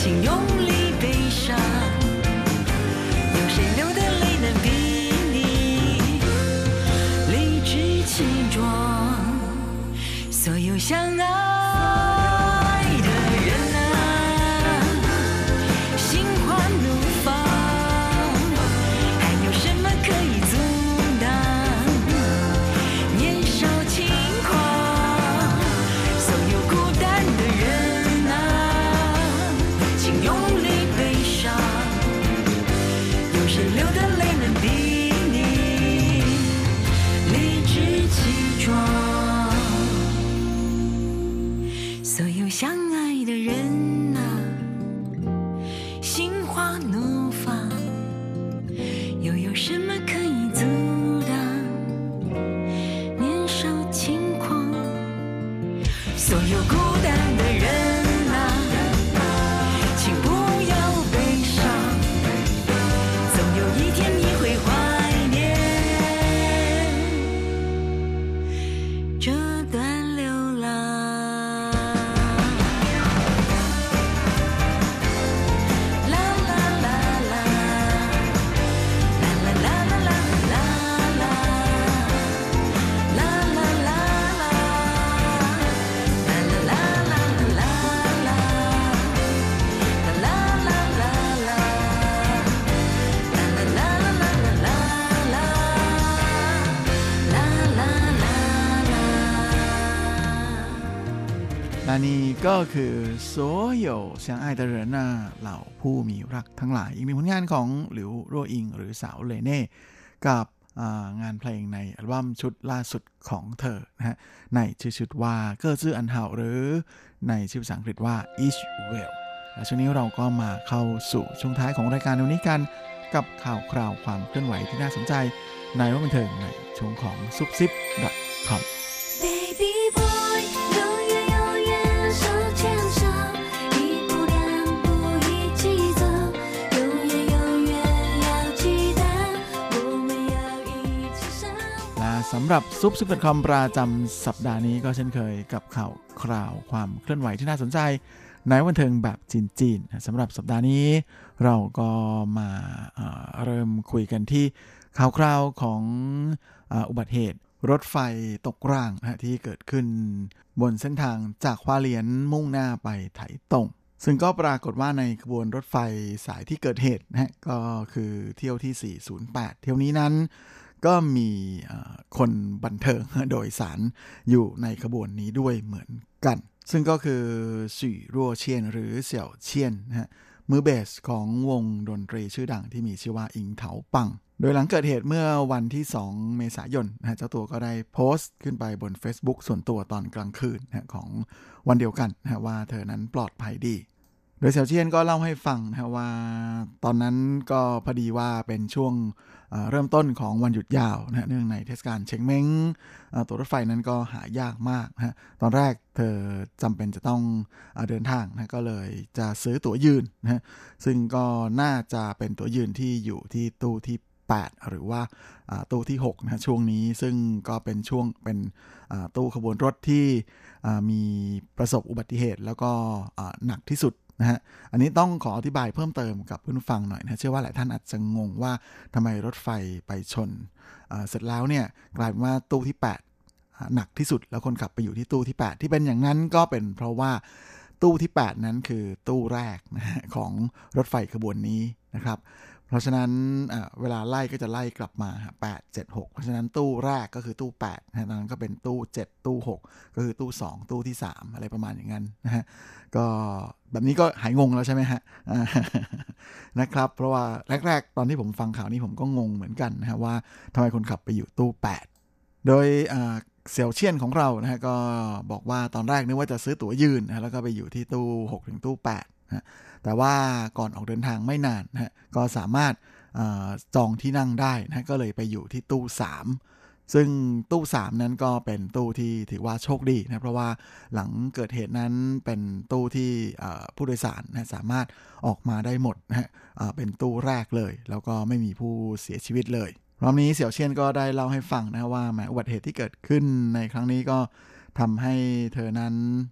请用力悲伤，有谁流的泪能比你理直气壮？所有相爱的人啊，心花怒放，还有什么可以阻挡？年少轻狂，所有孤单的人啊，请用力悲伤，有谁流的泪能比你理直气壮？所有相爱的人啊，心花怒放，又有什么可以阻挡？年少轻狂，所有孤单的人啊，请不要悲伤，总有一天你会怀念这段流浪。 และนี่ก็คือ所有相爱的人น่ะเหล่าผู้มีรักทั้งหลายอีกหนึ่งผลงานของหลิวรั่วอิงหรือสาวเลเน่กับงานเพลงในอัลบั้มชุดล่าสุดของเธอนะฮะในชื่อชุดว่าเก้อจื้ออันเห่าหรือในชื่อภาษาอังกฤษว่า Each Well และช่วงนี้เราก็มาเข้าสู่ช่วงท้ายของรายการวันนี้กันกับข่าวคราวความเคลื่อนไหวที่น่าสนใจในโลกบันเทิงในช่วงของซุปซิป .com Baby boy 永远永远手牵手，一步两步一起走，永远永远要记得我们要一起生活。 และสำหรับซุปซิป .com ประจำสัปดาห์นี้ก็เช่นเคยกับข่าวคราวความเคลื่อนไหวที่น่าสนใจในบันเทิงแบบจีนๆสำหรับสัปดาห์นี้เราก็มาเอ่อเริ่มคุยกันที่ข่าวคราวของเอ่ออุบัติเหตุรถไฟตกรางนะที่เกิดขึ้นบนเส้นทางจากฮวาเลียนมุ่งหน้าไปไถตงซึ่งก็ปรากฏว่าในขบวนรถไฟสายที่เกิดเหตุนะก็คือเที่ยวที่สี่ศูนย์แปดเที่ยวนี้นั้นก็มีคนบันเทิงโดยสารอยู่ในขบวนนี้ด้วยเหมือนกันซึ่งก็คือสี่รั่วเชียนหรือเสี่ยวเชียนนะฮะมือเบสของวงดนตรีชื่อดังที่มีชื่อว่าอิงเถาปังโดยหลังเกิดเหตุเมื่อวันที่สองเมษายนนะฮะเจ้าตัวก็ได้โพสต์ขึ้นไปบน Facebook ส่วนตัวตอนกลางคืนนะของวันเดียวกันนะว่าเธอนั้นปลอดภัยดีโดยเสี่ยวเชียนก็เล่าให้ฟังนะว่าตอนนั้นก็พอดีว่าเป็นช่วงเริ่มต้นของวันหยุดยาวนะเนื่องในเทศกาลเชงเม้งตั๋วรถไฟนั้นก็หายากมากนะตอนแรกเธอจำเป็นจะต้องเดินทางนะก็เลยจะซื้อตั๋วยืนนะซึ่งก็น่าจะเป็นตั๋วยืนที่อยู่ที่ตู้ที่แปดหรือว่าตู้ที่หกนะช่วงนี้ซึ่งก็เป็นช่วงเป็นตู้ขบวนรถที่มีประสบอุบัติเหตุแล้วก็หนักที่สุดนะฮะอันนี้ต้องขออธิบายเพิ่มเติมกับเพื่อนฟังหน่อยนะเชื่อว่าหลายท่านอาจจะงงว่าทำไมรถไฟไปชนเสร็จแล้วเนี่ยกลายเป็นว่าตู้ที่แปดหนักที่สุดแล้วคนขับไปอยู่ที่ตู้ที่แปดที่เป็นอย่างนั้นก็เป็นเพราะว่าตู้ที่แปดนั้นคือตู้แรกนะฮะของรถไฟขบวนนี้นะครับเพราะฉะนั้นเวลาไล่ก็จะไล่กลับมาแปด เจ็ด หกเพราะฉะนั้นตู้แรกก็คือตู้แปดนะนั้นก็เป็นตู้เจ็ดตู้หกก็คือตู้สองตู้ที่สามอะไรประมาณอย่างนั้นนะฮะก็แบบนี้ก็หายงงแล้วใช่ไหมฮะนะครับเพราะว่าแรกๆตอนที่ผมฟังข่าวนี้ผมก็งงเหมือนกันนะฮะว่าทำไมคนขับไปอยู่ตู้แปดโดยเสี่ยวเชียนของเรานะฮะก็บอกว่าตอนแรกนึกว่าจะซื้อตั๋วยืนนะแล้วก็ไปอยู่ที่ตู้หกถึงตู้แปดนะแต่ว่าก่อนออกเดินทางไม่นานนะฮะก็สามารถจองที่นั่งได้นะก็เลยไปอยู่ที่ตู้สามซึ่งตู้สามนั้นก็เป็นตู้ที่ถือว่าโชคดีนะเพราะว่าหลังเกิดเหตุนั้นเป็นตู้ที่ผู้โดยสารนะสามารถออกมาได้หมดนะฮะเป็นตู้แรกเลยแล้วก็ไม่มีผู้เสียชีวิตเลยรอบนี้เสี่ยวเชียนก็ได้เล่าให้ฟังนะว่าแม้อุบัติเหตุที่เกิดขึ้นในครั้งนี้ก็ทำให้เธอนั้น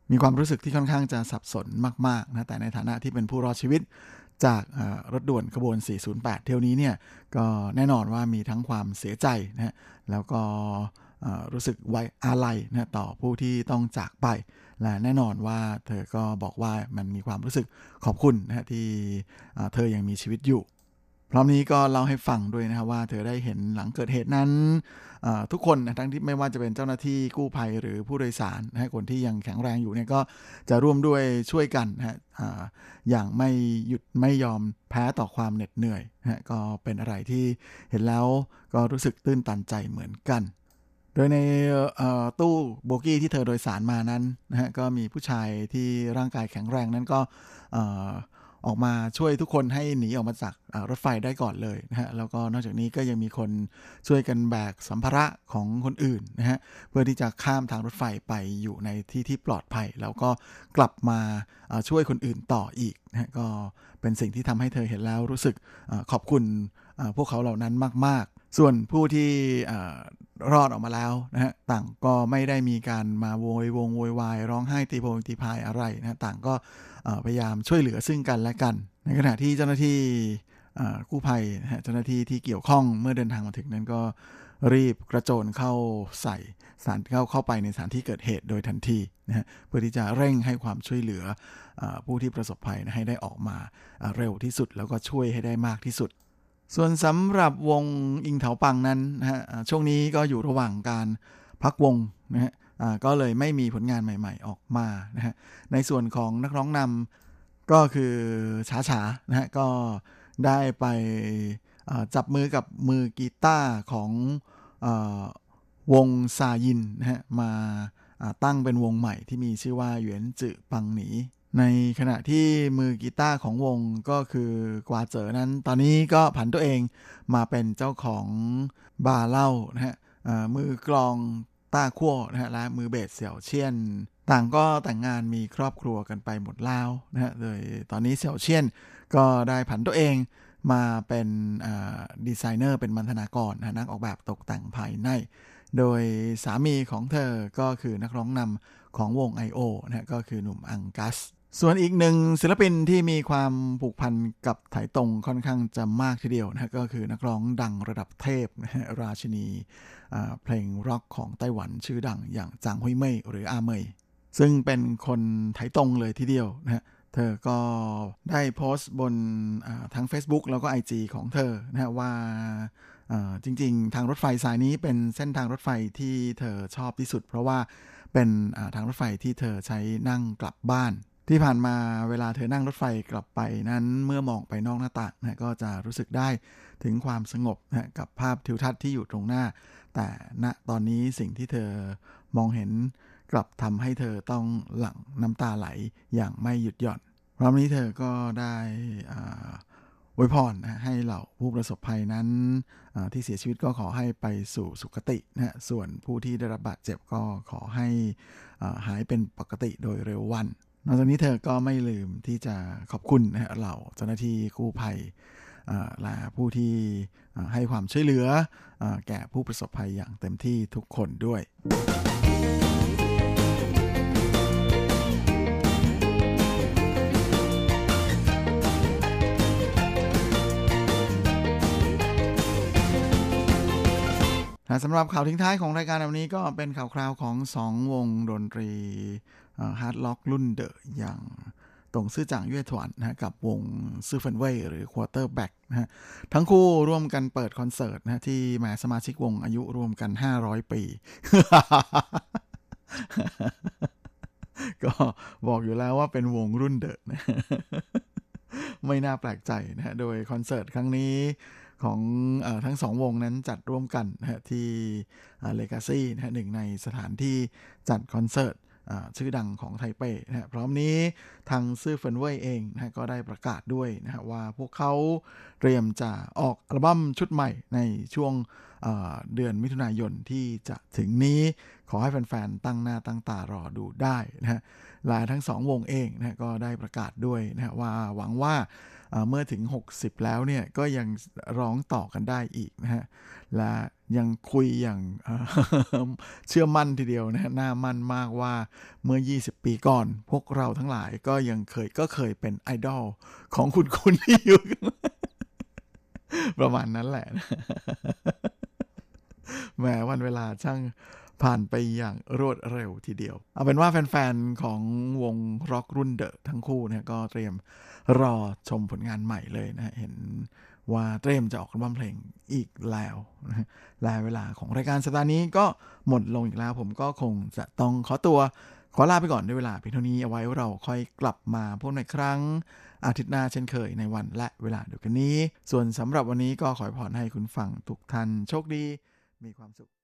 มีความรู้สึกที่ค่อนข้างจะสับสนมากๆนะแต่ในฐานะที่เป็นผู้รอดชีวิตจากรถด่วนขบวนสี่ศูนย์แปดเที่ยวนี้เนี่ยก็แน่นอนว่ามีทั้งความเสียใจนะแล้วก็รู้สึกไว้อาลัยนะต่อผู้ที่ต้องจากไปและแน่นอนว่าเธอก็บอกว่ามันมีความรู้สึกขอบคุณนะที่เธอยังมีชีวิตอยู่พร้อมนี้ก็เล่าให้ฟังด้วยนะครับว่าเธอได้เห็นหลังเกิดเหตุนั้นทุกคนนะทั้งที่ไม่ว่าจะเป็นเจ้าหน้าที่กู้ภัยหรือผู้โดยสารนะคนที่ยังแข็งแรงอยู่เนี่ยก็จะร่วมด้วยช่วยกันนะอย่างไม่หยุดไม่ยอมแพ้ต่อความเหน็ดเหนื่อยนะก็เป็นอะไรที่เห็นแล้วก็รู้สึกตื้นตันใจเหมือนกันโดยในตู้โบกี้ที่เธอโดยสารมานั้นนะฮะก็มีผู้ชายที่ร่างกายแข็งแรงนั้นก็ออกมาช่วยทุกคนให้หนีออกมาจากรถไฟได้ก่อนเลยนะฮะแล้วก็นอกจากนี้ก็ยังมีคนช่วยกันแบกสัมภาระของคนอื่นนะฮะเพื่อที่จะข้ามทางรถไฟไปอยู่ในที่ที่ปลอดภัยแล้วก็กลับมาช่วยคนอื่นต่ออีกนะฮะก็เป็นสิ่งที่ทำให้เธอเห็นแล้วรู้สึกขอบคุณพวกเขาเหล่านั้นมากๆส่วนผู้ที่รอดออกมาแล้วนะฮะต่างก็ไม่ได้มีการมาโวยวงโวยวายร้องไห้ตีโพงตีพายอะไรนะต่างก็พยายามช่วยเหลือซึ่งกันและกันในขณะที่เจ้าหน้าที่กู้ภัยนะฮะเจ้าหน้าที่ที่เกี่ยวข้องเมื่อเดินทางมาถึงนั้นก็รีบกระโจนเข้าใส่สารเข้าเข้าไปในสถานที่เกิดเหตุโดยทันทีนะฮะเพื่อที่จะเร่งให้ความช่วยเหลือผู้ที่ประสบภัยนะให้ได้ออกมาเร็วที่สุดแล้วก็ช่วยให้ได้มากที่สุดส่วนสำหรับวงอิงเถาปังนั้นนะฮะช่วงนี้ก็อยู่ระหว่างการพักวงนะฮะก็เลยไม่มีผลงานใหม่ๆออกมานะฮะในส่วนของนักร้องนำก็คือช้าช้านะฮะก็ได้ไปจับมือกับมือกีตาร์ของวงซายินนะฮะมาตั้งเป็นวงใหม่ที่มีชื่อว่าเหวียนจื่อปังหนีในขณะที่มือกีตาร์ของวงก็คือกวาเจ๋อนั้นตอนนี้ก็ผันตัวเองมาเป็นเจ้าของบาร์เหล้านะฮะมือกลองต้าคั่วนะฮะและมือเบสเสี่ยวเชี่ยนต่างก็แต่งงานมีครอบครัวกันไปหมดแล้วนะฮะโดยตอนนี้เสี่ยวเชี่ยนก็ได้ผันตัวเองมาเป็นดีไซเนอร์เป็นบรรณาธิการนะนักออกแบบตกแต่งภายในโดยสามีของเธอก็คือนักร้องนำของวง ไอ โอ นะฮะก็คือหนุ่มอังกัสส่วนอีกหนึ่งศิลปินที่มีความผูกพันกับไถตงค่อนข้างจะมากทีเดียวนะก็คือนักร้องดังระดับเทพนะฮะราชินีเพลงร็อกของไต้หวันชื่อดังอย่างจางฮุยเม่ยหรืออาเมยซึ่งเป็นคนไถตงเลยทีเดียวนะฮะเธอก็ได้โพสต์บนทั้ง Facebook แล้วก็ ไอ จี ของเธอนะฮะว่าจริงๆทางรถไฟสายนี้เป็นเส้นทางรถไฟที่เธอชอบที่สุดเพราะว่าเป็นทางรถไฟที่เธอใช้นั่งกลับบ้านที่ผ่านมาเวลาเธอนั่งรถไฟกลับไปนั้นเมื่อมองไปนอกหน้าต่างนะก็จะรู้สึกได้ถึงความสงบนะกับภาพทิวทัศน์ที่อยู่ตรงหน้าแต่ณตอนนี้สิ่งที่เธอมองเห็นกลับทำให้เธอต้องหลั่งน้ำตาไหลอย่างไม่หยุดหย่อนพร้อมนี้เธอก็ได้อวยพรนะให้เหล่าผู้ประสบภัยนั้นที่เสียชีวิตก็ขอให้ไปสู่สุคตินะส่วนผู้ที่ได้รับบาดเจ็บก็ขอให้หายเป็นปกติโดยเร็ววันนอกจากนี้เธอก็ไม่ลืมที่จะขอบคุณนะเหล่าเจ้าหน้าที่กู้ภัยและผู้ที่ให้ความช่วยเหลือแก่ผู้ประสบภัยอย่างเต็มที่ทุกคนด้วยสำหรับข่าวทิ้งท้ายของรายการวันนี้ก็เป็นข่าวคราวของสองวงดนตรีฮาร์ดล็อกรุ่นเดอะอย่างตงซื่อจ่างเย่ถวนนะกับวงซื่อเฟินเว่ยหรือควอเตอร์แบ็กนะฮะทั้งคู่ร่วมกันเปิดคอนเสิร์ตนะที่แหมสมาชิกวงอายุรวมกันห้าร้อยปี ก็บอกอยู่แล้วว่าเป็นวงรุ่นเดอะนะ ไม่น่าแปลกใจนะฮะโดยคอนเสิร์ตครั้งนี้ของเอ่อทั้งสองวงนั้นจัดร่วมกันนะฮะที่เลกาซี่นะฮะหนึ่งในสถานที่จัดคอนเสิร์ตชื่อดังของไทเปนะฮะพร้อมนี้ทางซื่อเฟินเว่ยเองนะฮะก็ได้ประกาศด้วยนะฮะว่าพวกเขาเตรียมจะออกอัลบั้มชุดใหม่ในช่วง เอ่อ เดือนมิถุนายนที่จะถึงนี้ขอให้แฟนๆตั้งหน้าตั้งตารอดูได้นะฮะและทั้งสองวงเองนะฮะก็ได้ประกาศด้วยนะฮะว่าหวังว่าเมื่อถึงหกสิบแล้วเนี่ยก็ยังร้องต่อกันได้อีกนะฮะและยังคุยอย่างเชื่อมั่นทีเดียวนะฮะน่ามั่นมากว่าเมื่อยี่สิบปีก่อนพวกเราทั้งหลายก็ยังเคยก็เคยเป็นไอดอลของคุณคุณที่อยู่ ประมาณนั้นแหละแหมวันเวลาช่างผ่านไปอย่างรวดเร็วทีเดียวเอาเป็นว่าแฟนๆของวงร็อกรุ่นเดอะทั้งคู่เนี่ยก็เตรียมรอชมผลงานใหม่เลยนะเห็นว่าเตรียมจะออกอัลบั้มเพลงอีกแล้วนะและเวลาของรายการสัปดาห์นี้ก็หมดลงอีกแล้วผมก็คงจะต้องขอตัวขอลาไปก่อนด้วยเวลาเพียงเท่านี้เอาไว้เราค่อยกลับมาพบกันอีกครั้งอาทิตย์หน้าเช่นเคยในวันและเวลาเดียวกันนี้ส่วนสำหรับวันนี้ก็ขอพรให้คุณฟังทุกท่านโชคดีมีความสุข